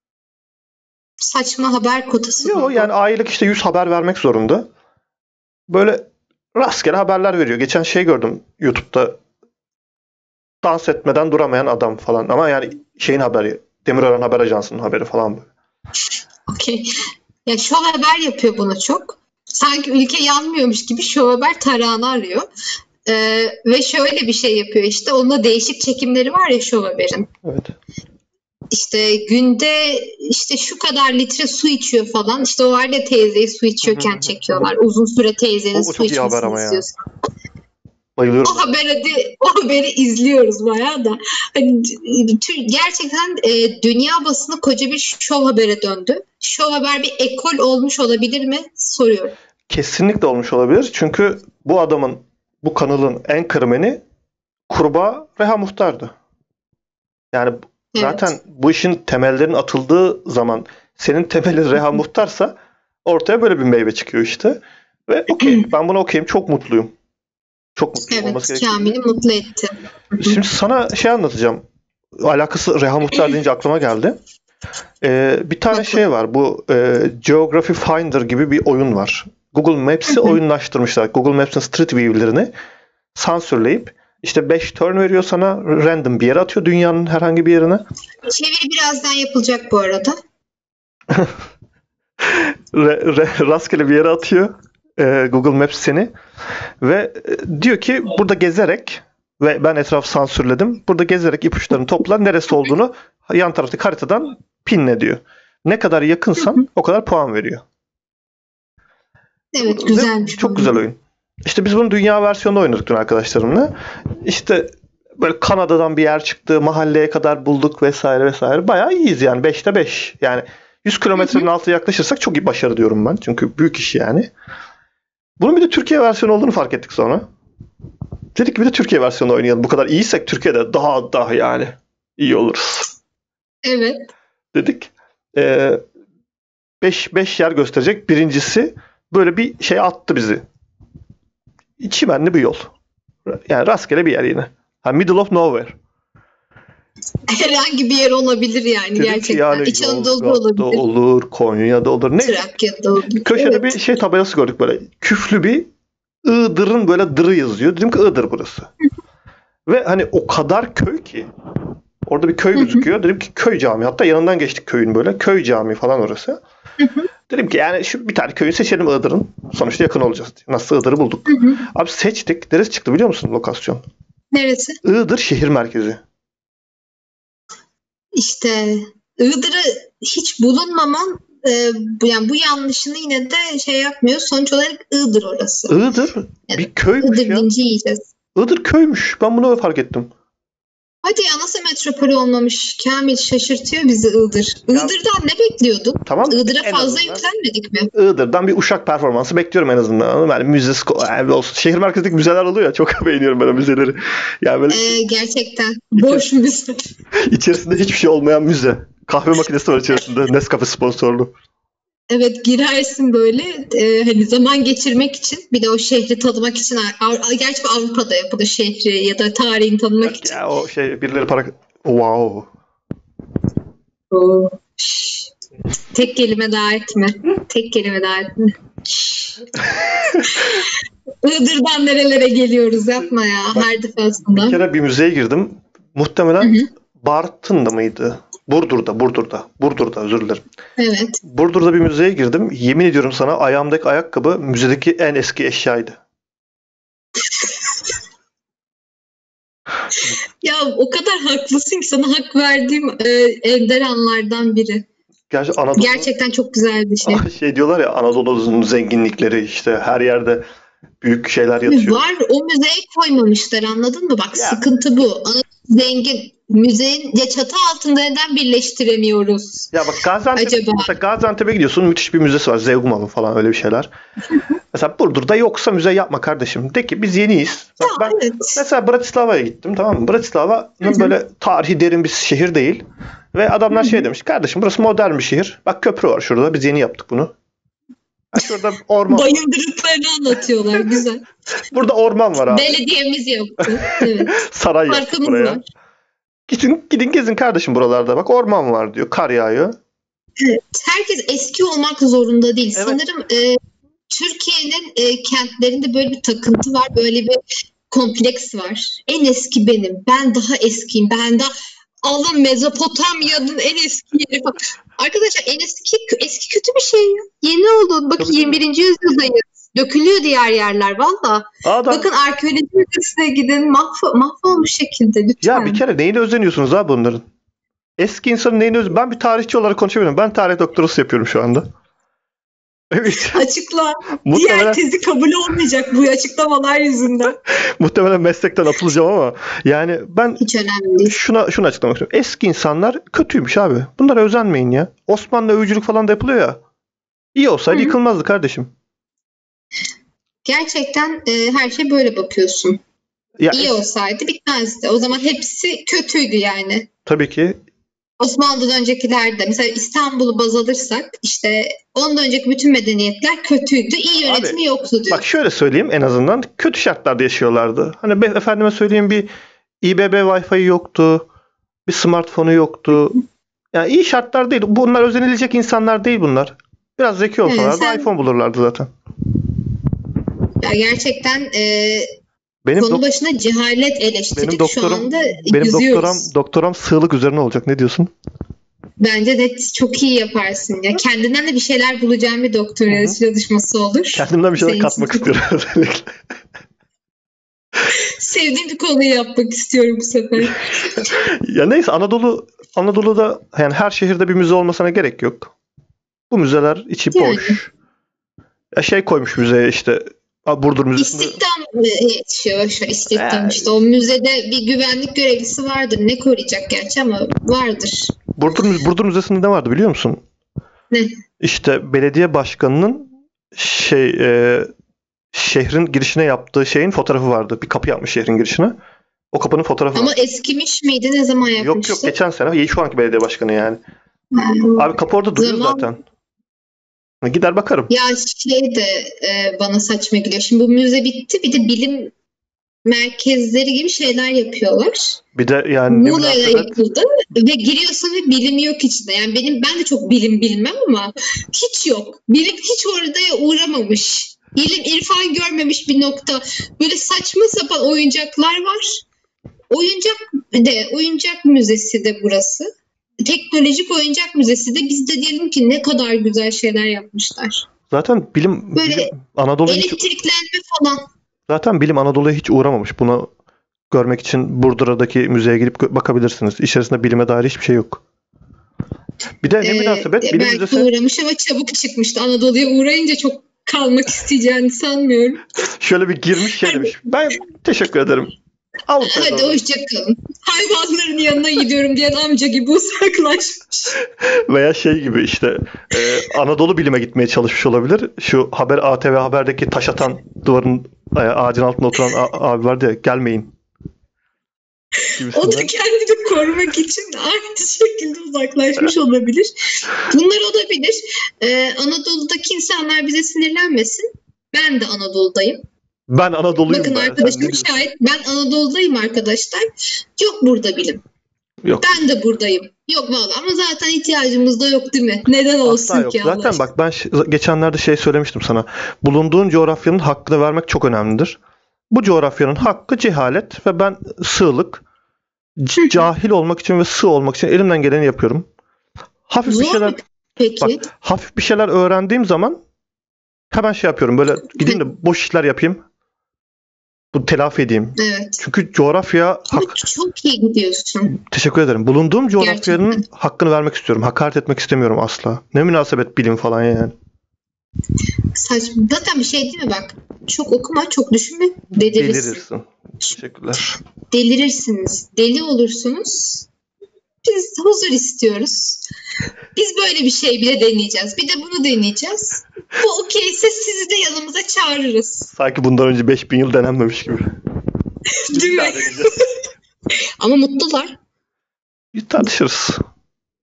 Saçma haber kotası. Yok yani aylık işte 100 haber vermek zorunda. Böyle rastgele haberler veriyor. Geçen gördüm YouTube'da, dans etmeden duramayan adam falan. Ama yani şeyin haberi, Demirören Haber Ajansı'nın haberi falan böyle. Okey. Ya Show Haber yapıyor bunu çok. Sanki ülke yanmıyormuş gibi Show Haber tarağını arıyor. Ve şöyle bir şey yapıyor işte. Onunla değişik çekimleri var ya Show Haber'in. Evet. İşte günde işte şu kadar litre su içiyor falan. İşte o halde teyzeyi su içiyorken çekiyorlar. Uzun süre teyzenin su içmesini istiyorsun. Bayılıyorum. O haberi izliyoruz bayağı da. Hani, gerçekten dünya basını koca bir şov habere döndü. Şov haber bir ekol olmuş olabilir mi? Soruyorum. Kesinlikle olmuş olabilir. Çünkü bu kanalın en kırmeni kurbağa Reha Muhtar'dı. Yani zaten bu işin temellerinin atıldığı zaman senin temelin Reha Muhtar'sa ortaya böyle bir meyve çıkıyor işte. Ve ben buna okeyim. Çok mutluyum. Çok mutluyum. Evet, Kamil'i mutlu etti. Şimdi sana anlatacağım. Alakası Reha Muhtar deyince aklıma geldi. Bir tane var. Bu Geography Finder gibi bir oyun var. Google Maps'i oyunlaştırmışlar. Google Maps'in Street View'lerini sansürleyip işte 5 turn veriyor sana. Random bir yere atıyor dünyanın herhangi bir yerine. Çeviri birazdan yapılacak bu arada. Rastgele bir yere atıyor Google Maps seni. Ve diyor ki burada gezerek, ve ben etrafı sansürledim, burada gezerek ipuçlarını topla, neresi olduğunu yan taraftaki haritadan pinle diyor. Ne kadar yakınsan o kadar puan veriyor. Evet, güzelmiş. Çok güzel oyun. İşte biz bunun dünya versiyonunu oynadık dün arkadaşlarımla. İşte böyle Kanada'dan bir yer çıktı, mahalleye kadar bulduk vesaire vesaire. Bayağı iyiyiz yani, 5'te 5. Yani 100 kilometrenin altına yaklaşırsak çok iyi başarı diyorum ben. Çünkü büyük iş yani. Bunun bir de Türkiye versiyonu olduğunu fark ettik sonra. Dedik ki bir de Türkiye versiyonu oynayalım. Bu kadar iyiysek Türkiye'de daha yani iyi oluruz. Evet. Dedik. 5 yer gösterecek. Birincisi böyle bir şey attı bizi. Çimenli bir yol. Yani rastgele bir yer yine. Middle of nowhere. Herhangi bir yer olabilir yani dedik gerçekten. Yani İç Anadolu'da olabilir. olur, Konya'da olur. Ne? Trakya'da olur. Köşede bir tabelası gördük böyle. Küflü bir Iğdır'ın böyle dırı yazıyor. Dedim ki Iğdır burası. Ve hani o kadar köy ki. Orada bir köy gözüküyor. Dedim ki köy cami. Hatta yanından geçtik köyün böyle. Köy cami falan orası. Dedim ki yani şu bir tane köyü seçelim Iğdır'ın. Sonuçta yakın olacağız. Nasıl Iğdır'ı bulduk. Abi seçtik. Neresi çıktı biliyor musun lokasyon? Neresi? Iğdır şehir merkezi. İşte Iğdır'ı hiç bulunmaman yani bu yanlışını yine de yapmıyor. Sonuç olarak Iğdır orası. Iğdır bir köymüş Iğdır linci yiyeceğiz. Iğdır köymüş. Ben bunu fark ettim. Hadi ya, nasıl metropol olmamış? Kamil, şaşırtıyor bizi Iğdır. Iğdır'dan ne bekliyordun? Tamam. Iğdır'a fazla yüklenmedik mi? Iğdır'dan bir Uşak performansı bekliyorum en azından. Yani müzesi olsun. Şehir merkezindeki müzeler oluyor ya. Çok beğeniyorum ben o müzeleri. Yani böyle gerçekten. Boş müze. İçerisinde hiçbir şey olmayan müze. Kahve makinesi var içerisinde. Nescafe sponsorlu. Evet, girersin böyle hani zaman geçirmek için, bir de o şehri tanımak için. Gerçi Avrupa'da yapılır şehri ya da tarihini tanımak için. Ya o birileri para... Wow. Tek kelime daha etme. Tek kelime daha etme. Iğdır'dan nerelere geliyoruz, yapma ya. Her defasında. Bir kere bir müzeye girdim. Muhtemelen Bartın'da mıydı? Burdur'da özür dilerim. Evet. Burdur'da bir müzeye girdim. Yemin ediyorum sana, ayağımdaki ayakkabı müzedeki en eski eşyaydı. Ya o kadar haklısın ki, sana hak verdiğim ender anlardan biri. Gerçekten çok güzel bir şey. Diyorlar ya, Anadolu'nun zenginlikleri, işte her yerde büyük şeyler yatıyor. Var, o müzeye koymamışlar, anladın mı? Bak ya. Sıkıntı bu. Zengin. Müzeyin ya çatı altında neden birleştiremiyoruz? Ya bak Gaziantep'e gidiyorsun, müthiş bir müzesi var. Zeugma'nın falan, öyle bir şeyler. Mesela Burdur'da yoksa müze yapma kardeşim. De ki biz yeniyiz. Bak ben mesela Bratislava'ya gittim, tamam mı? Bratislava'nın böyle tarihi derin bir şehir değil. Ve adamlar şey demiş. Kardeşim burası modern bir şehir. Bak köprü var şurada. Biz yeni yaptık bunu. Şurada orman var. Bayındırlıklarını anlatıyorlar. Güzel. Burada orman var abi. Belediyemiz yaptı. Evet. Saray yaptık Parkımız buraya. var. Gidin gezin kardeşim buralarda. Bak orman var diyor. Kar yağıyor. Evet. Herkes eski olmak zorunda değil. Evet. Sanırım Türkiye'nin kentlerinde böyle bir takıntı var. Böyle bir kompleks var. En eski benim. Ben daha eskiyim. Ben daha Allah Mezopotamya'nın en eski yeri falan. Arkadaşlar en eski kötü bir şey ya. Yeni oldu. Bakın Tabii, 21. yüzyıldayız. Dökülüyor diğer yerler valla. Adam, Bakın arkeoloji müzesine gidin. Mahvolmuş şekilde lütfen. ya bir kere neyine özeniyorsunuz abi bunların? Eski insanın neyine özeniyorsunuz? Ben bir tarihçi olarak konuşamıyorum. Ben tarih doktorası yapıyorum şu anda. Evet. Açıkla. Muhtemelen, Diğer tezi kabul olmayacak bu açıklamalar yüzünden. muhtemelen meslekten atılacağım ama yani ben Hiç önemli değil. şunu açıklamak istiyorum. Eski insanlar kötüymüş abi. Bunlara özenmeyin ya. Osmanlı övücülük falan da yapılıyor ya. İyi olsaydı yıkılmazdı kardeşim. Gerçekten her şey böyle bakıyorsun. Ya İyi olsaydı bitmezdi. O zaman hepsi kötüydü yani. tabii ki. Osmanlı'dan öncekilerde mesela İstanbul'u baz alırsak işte ondan önceki bütün medeniyetler kötüydü. İyi yönetimi Abi, yoktu diyor. Bak şöyle söyleyeyim, en azından kötü şartlarda yaşıyorlardı. Hani efendime söyleyeyim, bir İBB Wi-Fi yoktu. Bir smartphone'u yoktu. Yani iyi şartlar değil. Bunlar özenilecek insanlar değil bunlar. Biraz zeki olsalardı iPhone bulurlardı zaten. Ya gerçekten Benim konu başına cehalet eleştirdik şu anda benim yüzüyoruz. doktoram sığlık üzerine olacak. Ne diyorsun? Bence de çok iyi yaparsın. Ya kendinden de bir şeyler bulacağım bir doktora çalışması olur. Kendimden bir şeyler Senin katmak için istiyorum özellikle. sevdiğim bir konuyu yapmak istiyorum bu sefer. Ya neyse, Anadolu'da yani her şehirde bir müze olmasına gerek yok. Bu müzeler içi boş. Ya şey koymuş müzeye işte, Burdur Müzesi'nde. İstihdam yetişiyor. Şu istihdam işte. O müzede bir güvenlik görevlisi vardır. Ne koruyacak gerçi ama vardır. Burdur Müzesi'nde ne vardı biliyor musun? Ne? İşte belediye başkanının şehrin girişine yaptığı şeyin fotoğrafı vardı. Bir kapı yapmış şehrin girişine. O kapının fotoğrafı Ama var. eskimiş miydi? Ne zaman yapmıştı? Yok geçen sene. Şu anki belediye başkanı yani. Abi kapı orada duruyor zaten. Gider bakarım. Ya şey de bana saçma geliyor. Şimdi bu müze bitti. Bir de bilim merkezleri gibi şeyler yapıyorlar. Bir de yani Muğla'ya yapıldı ve giriyorsun ve bilim yok içinde. Yani ben de çok bilim bilmem ama hiç yok. Bilim hiç oraya uğramamış. İlim irfan görmemiş bir nokta. Böyle saçma sapan oyuncaklar var. Oyuncak müzesi de burası. Teknolojik oyuncak müzesi de, biz de diyelim ki ne kadar güzel şeyler yapmışlar. Zaten bilim Anadolu'ya elektriklenme falan. Zaten bilim Anadolu'ya hiç uğramamış. Bunu görmek için Burdur'daki müzeye gidip bakabilirsiniz. İçerisinde bilime dair hiçbir şey yok. Bir de ne münasebet bilim belki müzesi uğramış ama çabuk çıkmıştı. Anadolu'ya uğrayınca çok kalmak isteyeceğini sanmıyorum. şöyle bir girmiş şey demiş. Ben teşekkür ederim. Hadi hoşçakalın. Hayvanların yanına gidiyorum diyen amca gibi uzaklaşmış. Veya şey gibi işte Anadolu bilime gitmeye çalışmış olabilir. Şu ATV Haber'deki taş atan duvarın ağacın altında oturan abi vardı ya, gelmeyin gibisinden. O da kendini korumak için aynı şekilde uzaklaşmış olabilir. Bunlar olabilir. Anadolu'daki insanlar bize sinirlenmesin. Ben de Anadolu'dayım. Ben Anadolu'yum. Bakın arkadaşım şahit. Ben Anadolu'dayım arkadaşlar. Yok burada bilim. Yok. Ben de buradayım. Yok vallahi, ama zaten ihtiyacımız da yok değil mi? Neden olsun asla yok. ki Allah Zaten bak ben geçenlerde söylemiştim sana. Bulunduğun coğrafyanın hakkını vermek çok önemlidir. Bu coğrafyanın hakkı cehalet ve ben sığlık. Cahil olmak için ve sığ olmak için elimden geleni yapıyorum. Hafif bir şeyler öğrendiğim zaman hemen şey yapıyorum. Böyle gideyim de boş işler yapayım. Bu telafi edeyim. Evet. Çünkü coğrafya çok iyi gidiyorsun. Teşekkür ederim. Bulunduğum coğrafyanın hakkını vermek istiyorum. Hakaret etmek istemiyorum asla. Ne münasebet bilim falan yani. Saçma. Zaten bir şey değil mi bak? Çok okuma, çok düşünme. Delirirsin. Teşekkürler. Delirirsiniz. Deli olursunuz. Biz huzur istiyoruz. Biz böyle bir şey bile deneyeceğiz. Bir de bunu deneyeceğiz. Bu okeyse sizi de yanımıza çağırırız. Sanki bundan önce 5000 yıl denenmemiş gibi. Değil mi? Ama mutlular. Tartışırız.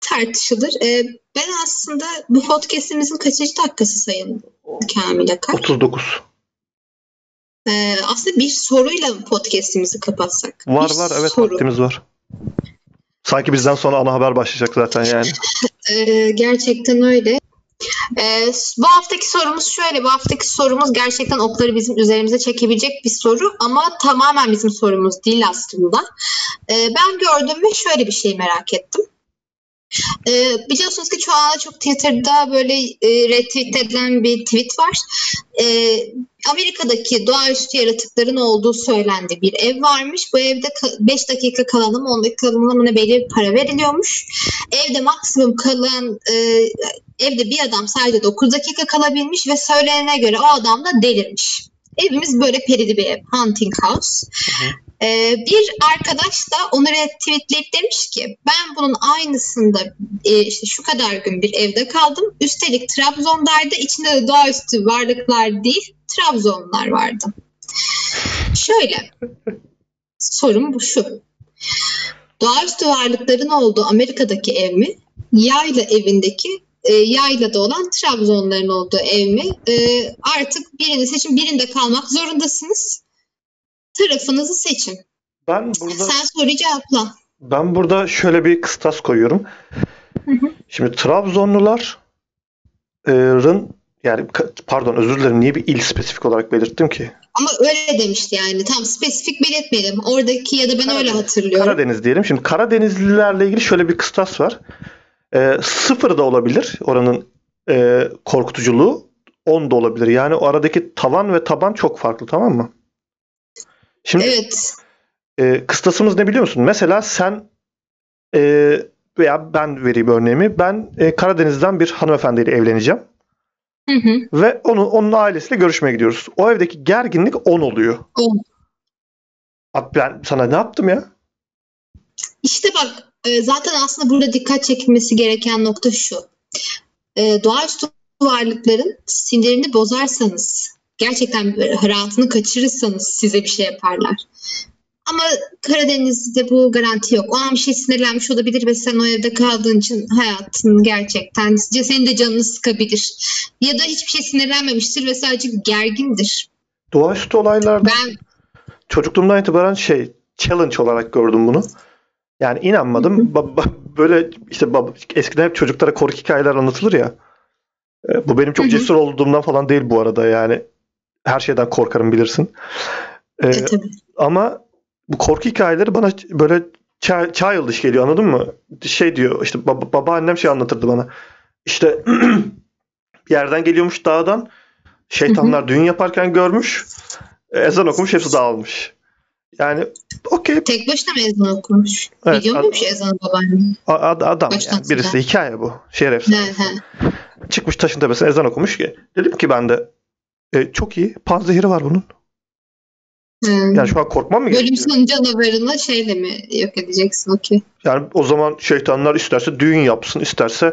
tartışılır. Ben aslında bu podcast'imizin kaçıncı dakikası sayın Kamil Akar? 39. Aslında bir soruyla podcast'imizi kapatsak. Var evet, soru. vaktimiz var. Sanki bizden sonra ana haber başlayacak zaten yani. Gerçekten öyle. Bu haftaki sorumuz şöyle. Bu haftaki sorumuz gerçekten okları bizim üzerimize çekebilecek bir soru ama tamamen bizim sorumuz değil aslında. Ben gördüm ve şöyle bir şey merak ettim. Biliyorsunuz ki şu anda çok Twitter'da böyle retweet edilen bir tweet var. Amerika'daki doğaüstü yaratıkların olduğu söylendiği bir ev varmış. Bu evde 5 dakika kalan mı 10 dakika kalan mı belli bir para veriliyormuş. Evde maksimum kalan evde bir adam sadece 9 dakika kalabilmiş ve söylenene göre o adam da delirmiş. Evimiz böyle perili bir ev. Hunting House. Bir arkadaş da onu retweetleyip demiş ki ben bunun aynısında işte şu kadar gün bir evde kaldım. Üstelik Trabzon'daydı. İçinde de doğaüstü varlıklar değil, Trabzonlular vardı. Şöyle, sorum bu şu. Doğaüstü varlıkların olduğu Amerika'daki ev mi? Yayla evindeki yaylada olan Trabzonluların olduğu ev mi? Artık birini seçin, birinde kalmak zorundasınız. Tarafınızı seçin. Sen soruyu cevapla. Ben burada şöyle bir kıstas koyuyorum. Şimdi Trabzonluların yani pardon özür dilerim, niye bir il spesifik olarak belirttim ki? Ama öyle demişti yani. Tam spesifik belirtmeyelim. Oradaki ya da ben öyle hatırlıyorum. Karadeniz diyelim. Şimdi Karadenizlilerle ilgili şöyle bir kıstas var. 0 da olabilir oranın korkutuculuğu. 10 da olabilir. Yani o aradaki tavan ve taban çok farklı, tamam mı? Şimdi evet. Kıstasımız ne biliyor musun? Mesela sen veya ben vereyim örneğimi. Ben Karadeniz'den bir hanımefendiyle evleneceğim. Ve onun ailesiyle görüşmeye gidiyoruz. O evdeki gerginlik 10 oluyor. 10. Abi ben sana ne yaptım ya? İşte bak zaten aslında burada dikkat çekilmesi gereken nokta şu. Doğaüstü varlıkların sinirini bozarsanız, gerçekten rahatını kaçırırsanız size bir şey yaparlar. Ama Karadeniz'de bu garanti yok. O an bir şey sinirlenmiş olabilir ve sen o evde kaldığın için hayatın gerçekten senin de canını sıkabilir. Ya da hiçbir şey sinirlenmemiştir ve sadece gergindir. Doğaüstü olaylarda ben çocukluğumdan itibaren challenge olarak gördüm bunu. Yani inanmadım. Böyle işte eskiden hep çocuklara korku hikayeler anlatılır ya. Bu benim çok cesur olduğumdan falan değil bu arada yani. Her şeyden korkarım, bilirsin. Tabii. Ama bu korku hikayeleri bana böyle childish geliyor, anladın mı? Şey diyor işte babaannem anlatırdı bana. İşte bir yerden geliyormuş dağdan. Şeytanlar düğün yaparken görmüş. Ezan okumuş, hepsi dağılmış. Yani okey. Tek başına mı ezan okumuş? Evet, biliyor muymuş ezanı babaannem? Adam yani. Birisi hikaye bu. Şehir efsanesi. Çıkmış taşın tepesine ezan okumuş ki. Dedim ki ben de çok iyi. Panzehiri var bunun. Yani şu an korkmam mı gerekiyor? Bölüm sonu canavarını şeyle mi yok edeceksin? Okey. Yani o zaman şeytanlar isterse düğün yapsın, isterse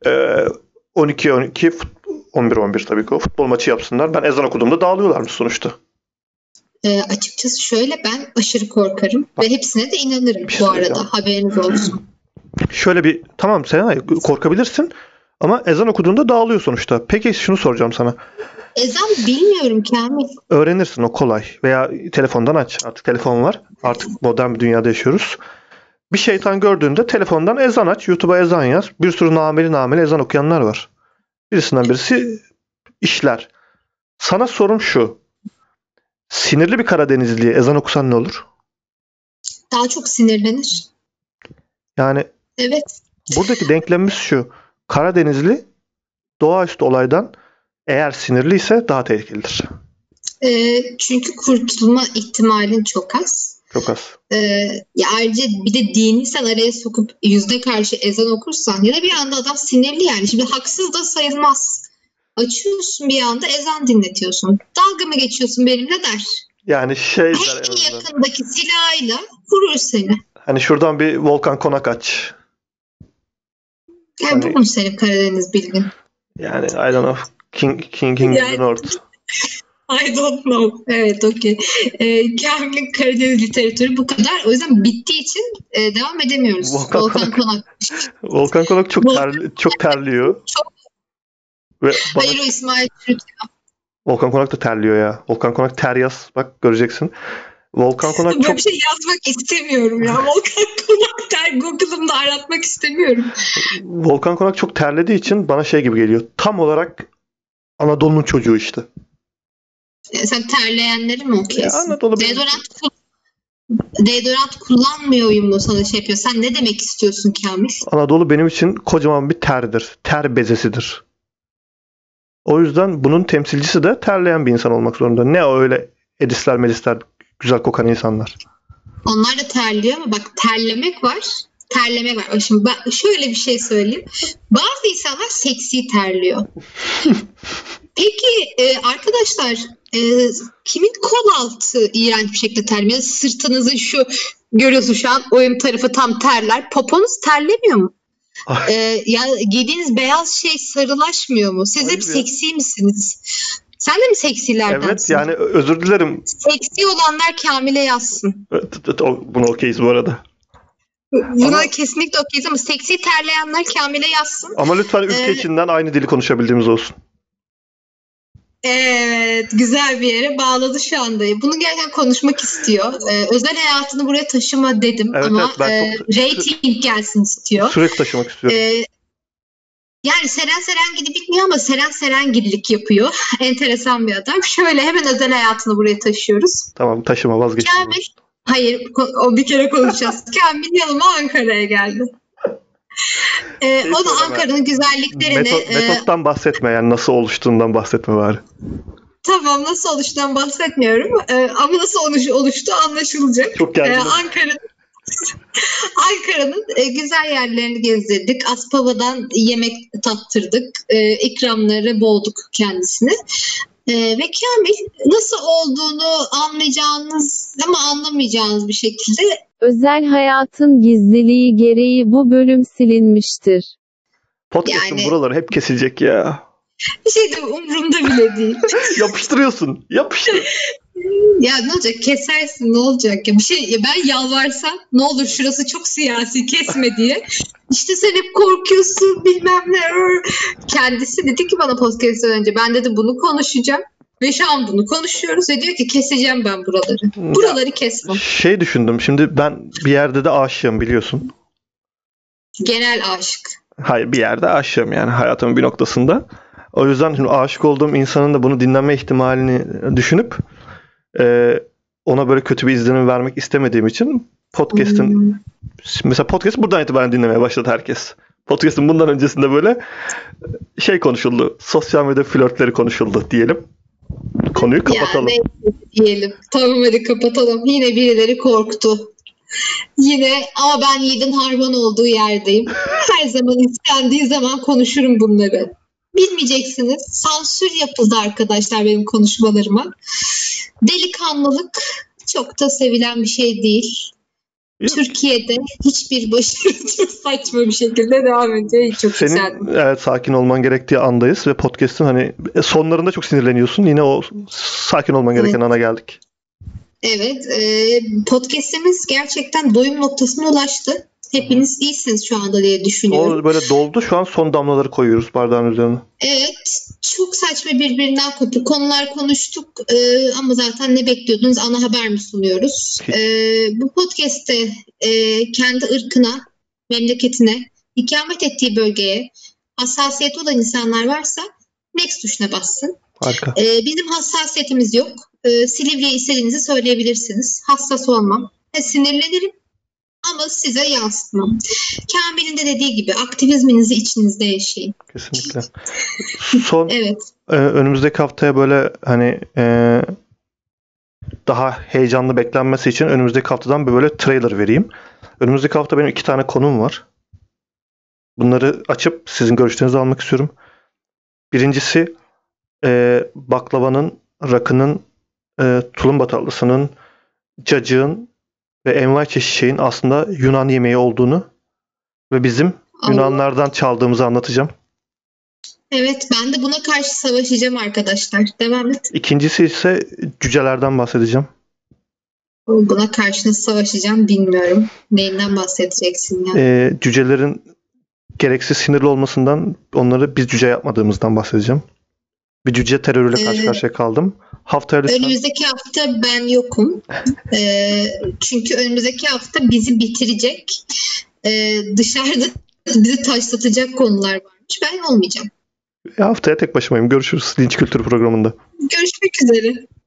12-12 11-11 tabii ki o futbol maçı yapsınlar. Ben ezan okuduğumda dağılıyorlarmış sonuçta. Açıkçası şöyle, ben aşırı korkarım ve hepsine de inanırım bu arada. Haberiniz olsun. Şöyle bir tamam Serenay, korkabilirsin ama ezan okuduğunda dağılıyor sonuçta. Peki şunu soracağım sana. Ezan bilmiyorum Kamil. Öğrenirsin, o kolay. Veya telefondan aç. Artık telefon var. Artık modern bir dünyada yaşıyoruz. Bir şeytan gördüğünde telefondan ezan aç. YouTube'a ezan yaz. Bir sürü nameli ezan okuyanlar var. Birisinden birisi işler. Sana sorum şu. Sinirli bir Karadenizli'ye ezan okusan ne olur? Daha çok sinirlenir. Yani evet. Buradaki denklemimiz şu. Karadenizli doğaüstü olaydan eğer sinirliyse daha tehlikelidir. Çünkü kurtulma ihtimalin çok az. Çok az. Ayrıca bir de dini sen araya sokup yüzde karşı ezan okursan ya da bir anda adam sinirli yani. Şimdi haksız da sayılmaz. Açıyorsun bir anda ezan dinletiyorsun. Dalga mı geçiyorsun benimle der. Yani en yakındaki silahıyla vurur seni. Hani şuradan bir Volkan Konak aç. Yani bu mu senin Karadeniz bilgin? Yani I don't know. King of the North. I don't know. Evet, okey. Kamil'in Karadeniz literatürü bu kadar. O yüzden bittiği için devam edemiyoruz. Volkan Volkan Konak. Konak. Volkan Konak çok terliyor Çok. ve bana Hayır, o İsmail Türüt. Volkan Konak da terliyor ya. Volkan Konak ter yaz. Bak göreceksin. Volkan Konak Böyle çok bir şey yazmak istemiyorum ya. Volkan Konak der, Google'ımda aratmak istemiyorum. Volkan Konak çok terlediği için bana şey gibi geliyor. Tam olarak Anadolu'nun çocuğu işte. Sen terleyenleri mi Ya okuyorsun? Anadolu Deodorant kullanmıyor mu sana şey yapıyor? Sen ne demek istiyorsun Kamil? Anadolu benim için kocaman bir terdir. Ter bezesidir. O yüzden bunun temsilcisi de terleyen bir insan olmak zorunda. Ne o öyle edisler medisler güzel kokan insanlar. Onlar da terliyor ama bak, terlemek var. Terlemek var. Şimdi ben şöyle bir şey söyleyeyim. Bazı insanlar seksi terliyor. Peki arkadaşlar, kimin kol altı iğrenç bir şekilde terliyor? Sırtınızın şu, görüyorsun şu an oyun tarafı tam terler. Poponuz terlemiyor mu? Ya giydiğiniz beyaz şey sarılaşmıyor mu? Siz hep Hayır ya. seksi misiniz? Sen de mi seksilerdensin? Evet yani özür dilerim. Seksi olanlar Kamil'e yazsın. Buna okeyiz bu arada. Buna kesinlikle okeyiz ama seksi terleyenler Kamil'e yazsın. Ama lütfen ülke içinden aynı dili konuşabildiğimiz olsun. Evet, güzel bir yere bağladı şu anda. Bunu gerçekten konuşmak istiyor. Özel hayatını buraya taşıma dedim Evet, ama evet, ben çok rating gelsin istiyor. sürekli taşımak istiyorum. Yani Seren Serengil'i bilmiyor ama Seren Serengil'lik yapıyor. Enteresan bir adam. Şöyle hemen özel hayatını buraya taşıyoruz. Tamam, taşıma, vazgeçtim. Kamil, hayır, o bir kere konuşacağız. Kamil yanıma Ankara'ya geldi. Onu Ankara'nın güzelliklerini... Metottan bahsetme, yani nasıl oluştuğundan bahsetme bari. Tamam, nasıl oluştuğundan bahsetmiyorum ama nasıl oluştu anlaşılacak. Çok gerginim. Ankara'nın güzel yerlerini gezdirdik. Aspava'dan yemek tattırdık. İkramları boğduk kendisini. Ve Kamil, nasıl olduğunu anlayacağınız ama anlamayacağınız bir şekilde özel hayatın gizliliği gereği bu bölüm silinmiştir. Podcast'ın Yani- buraları hep kesilecek ya. bir şey de umurumda bile değil. Yapıştırıyorsun. Yapıştır. Ya ne olacak, kesersin, ne olacak ya, bir şey ya, ben yalvarsam ne olur şurası çok siyasi kesme diye. İşte sen hep korkuyorsun bilmem ne. Kendisi dedi ki bana podcast'ten önce, ben dedi bunu konuşacağım ve şu an bunu konuşuyoruz ve diyor ki keseceğim ben buraları. Buraları kesmem. Şey düşündüm. Şimdi ben bir yerde de aşığım, biliyorsun. Genel aşık. Hayır, bir yerde aşığım yani hayatımın bir noktasında. O yüzden şimdi aşık olduğum insanın da bunu dinleme ihtimalini düşünüp ona böyle kötü bir izlenim vermek istemediğim için podcast'ın mesela podcast buradan itibaren dinlemeye başladı herkes. Podcast'ın bundan öncesinde böyle şey konuşuldu. Sosyal medya flörtleri konuşuldu diyelim. Konuyu kapatalım. Ya neyse diyelim. Tamam, hadi kapatalım. Yine birileri korktu. Yine ama ben Yiğit'in harman olduğu yerdeyim. Her zaman istendiği zaman konuşurum bunları. Bilmeyeceksiniz. Sansür yapıldı arkadaşlar benim konuşmalarıma. Delikanlılık çok da sevilen bir şey değil. Türkiye'de hiçbir başarı çok saçma bir şekilde devam ediyor. Hiç çok güzel. Senin evet sakin olman gerektiği andayız ve podcast'ın hani sonlarında çok sinirleniyorsun. Yine o sakin olman gereken ana geldik. Evet, podcast'imiz gerçekten doyum noktasına ulaştı. Hepiniz iyisiniz şu anda diye düşünüyorum. O böyle doldu. Şu an son damlaları koyuyoruz bardağın üzerine. Evet, çok saçma birbirinden kopuk konular konuştuk ama zaten ne bekliyordunuz, ana haber mi sunuyoruz? Bu podcast'te kendi ırkına, memleketine, ikamet ettiği bölgeye hassasiyeti olan insanlar varsa next tuşuna bassın. Harika. Bizim hassasiyetimiz yok. Silivri'ye istediğinizi söyleyebilirsiniz. Hassas olmam. Sinirlenirim ama size yansıtmam. Kamil'in de dediği gibi aktivizminizi içinizde yaşayın. Kesinlikle. Son Evet. önümüzdeki haftaya böyle hani daha heyecanlı beklenmesi için önümüzdeki haftadan böyle trailer vereyim. Önümüzdeki hafta benim 2 tane konum var. Bunları açıp sizin görüşlerinizi almak istiyorum. Birincisi baklavanın, rakının, tulumba tatlısının, cacığın ve envai çeşit şeyin aslında Yunan yemeği olduğunu ve bizim Yunanlardan çaldığımızı anlatacağım. Evet, ben de buna karşı savaşacağım arkadaşlar. Devam et. İkincisi ise cücelerden bahsedeceğim. Buna karşı nasıl savaşacağım bilmiyorum. Neyinden bahsedeceksin ya? Cücelerin gereksiz sinirli olmasından, onları biz cüce yapmadığımızdan bahsedeceğim. Bir cüce terörüyle karşı Ee, karşıya kaldım. Haftaya lütfen. Önümüzdeki hafta ben yokum. Çünkü önümüzdeki hafta bizi bitirecek, dışarıda bizi taşlatacak konular varmış. Ben olmayacağım. Haftaya tek başımayım. Görüşürüz Linç Kültürü programında. Görüşmek üzere.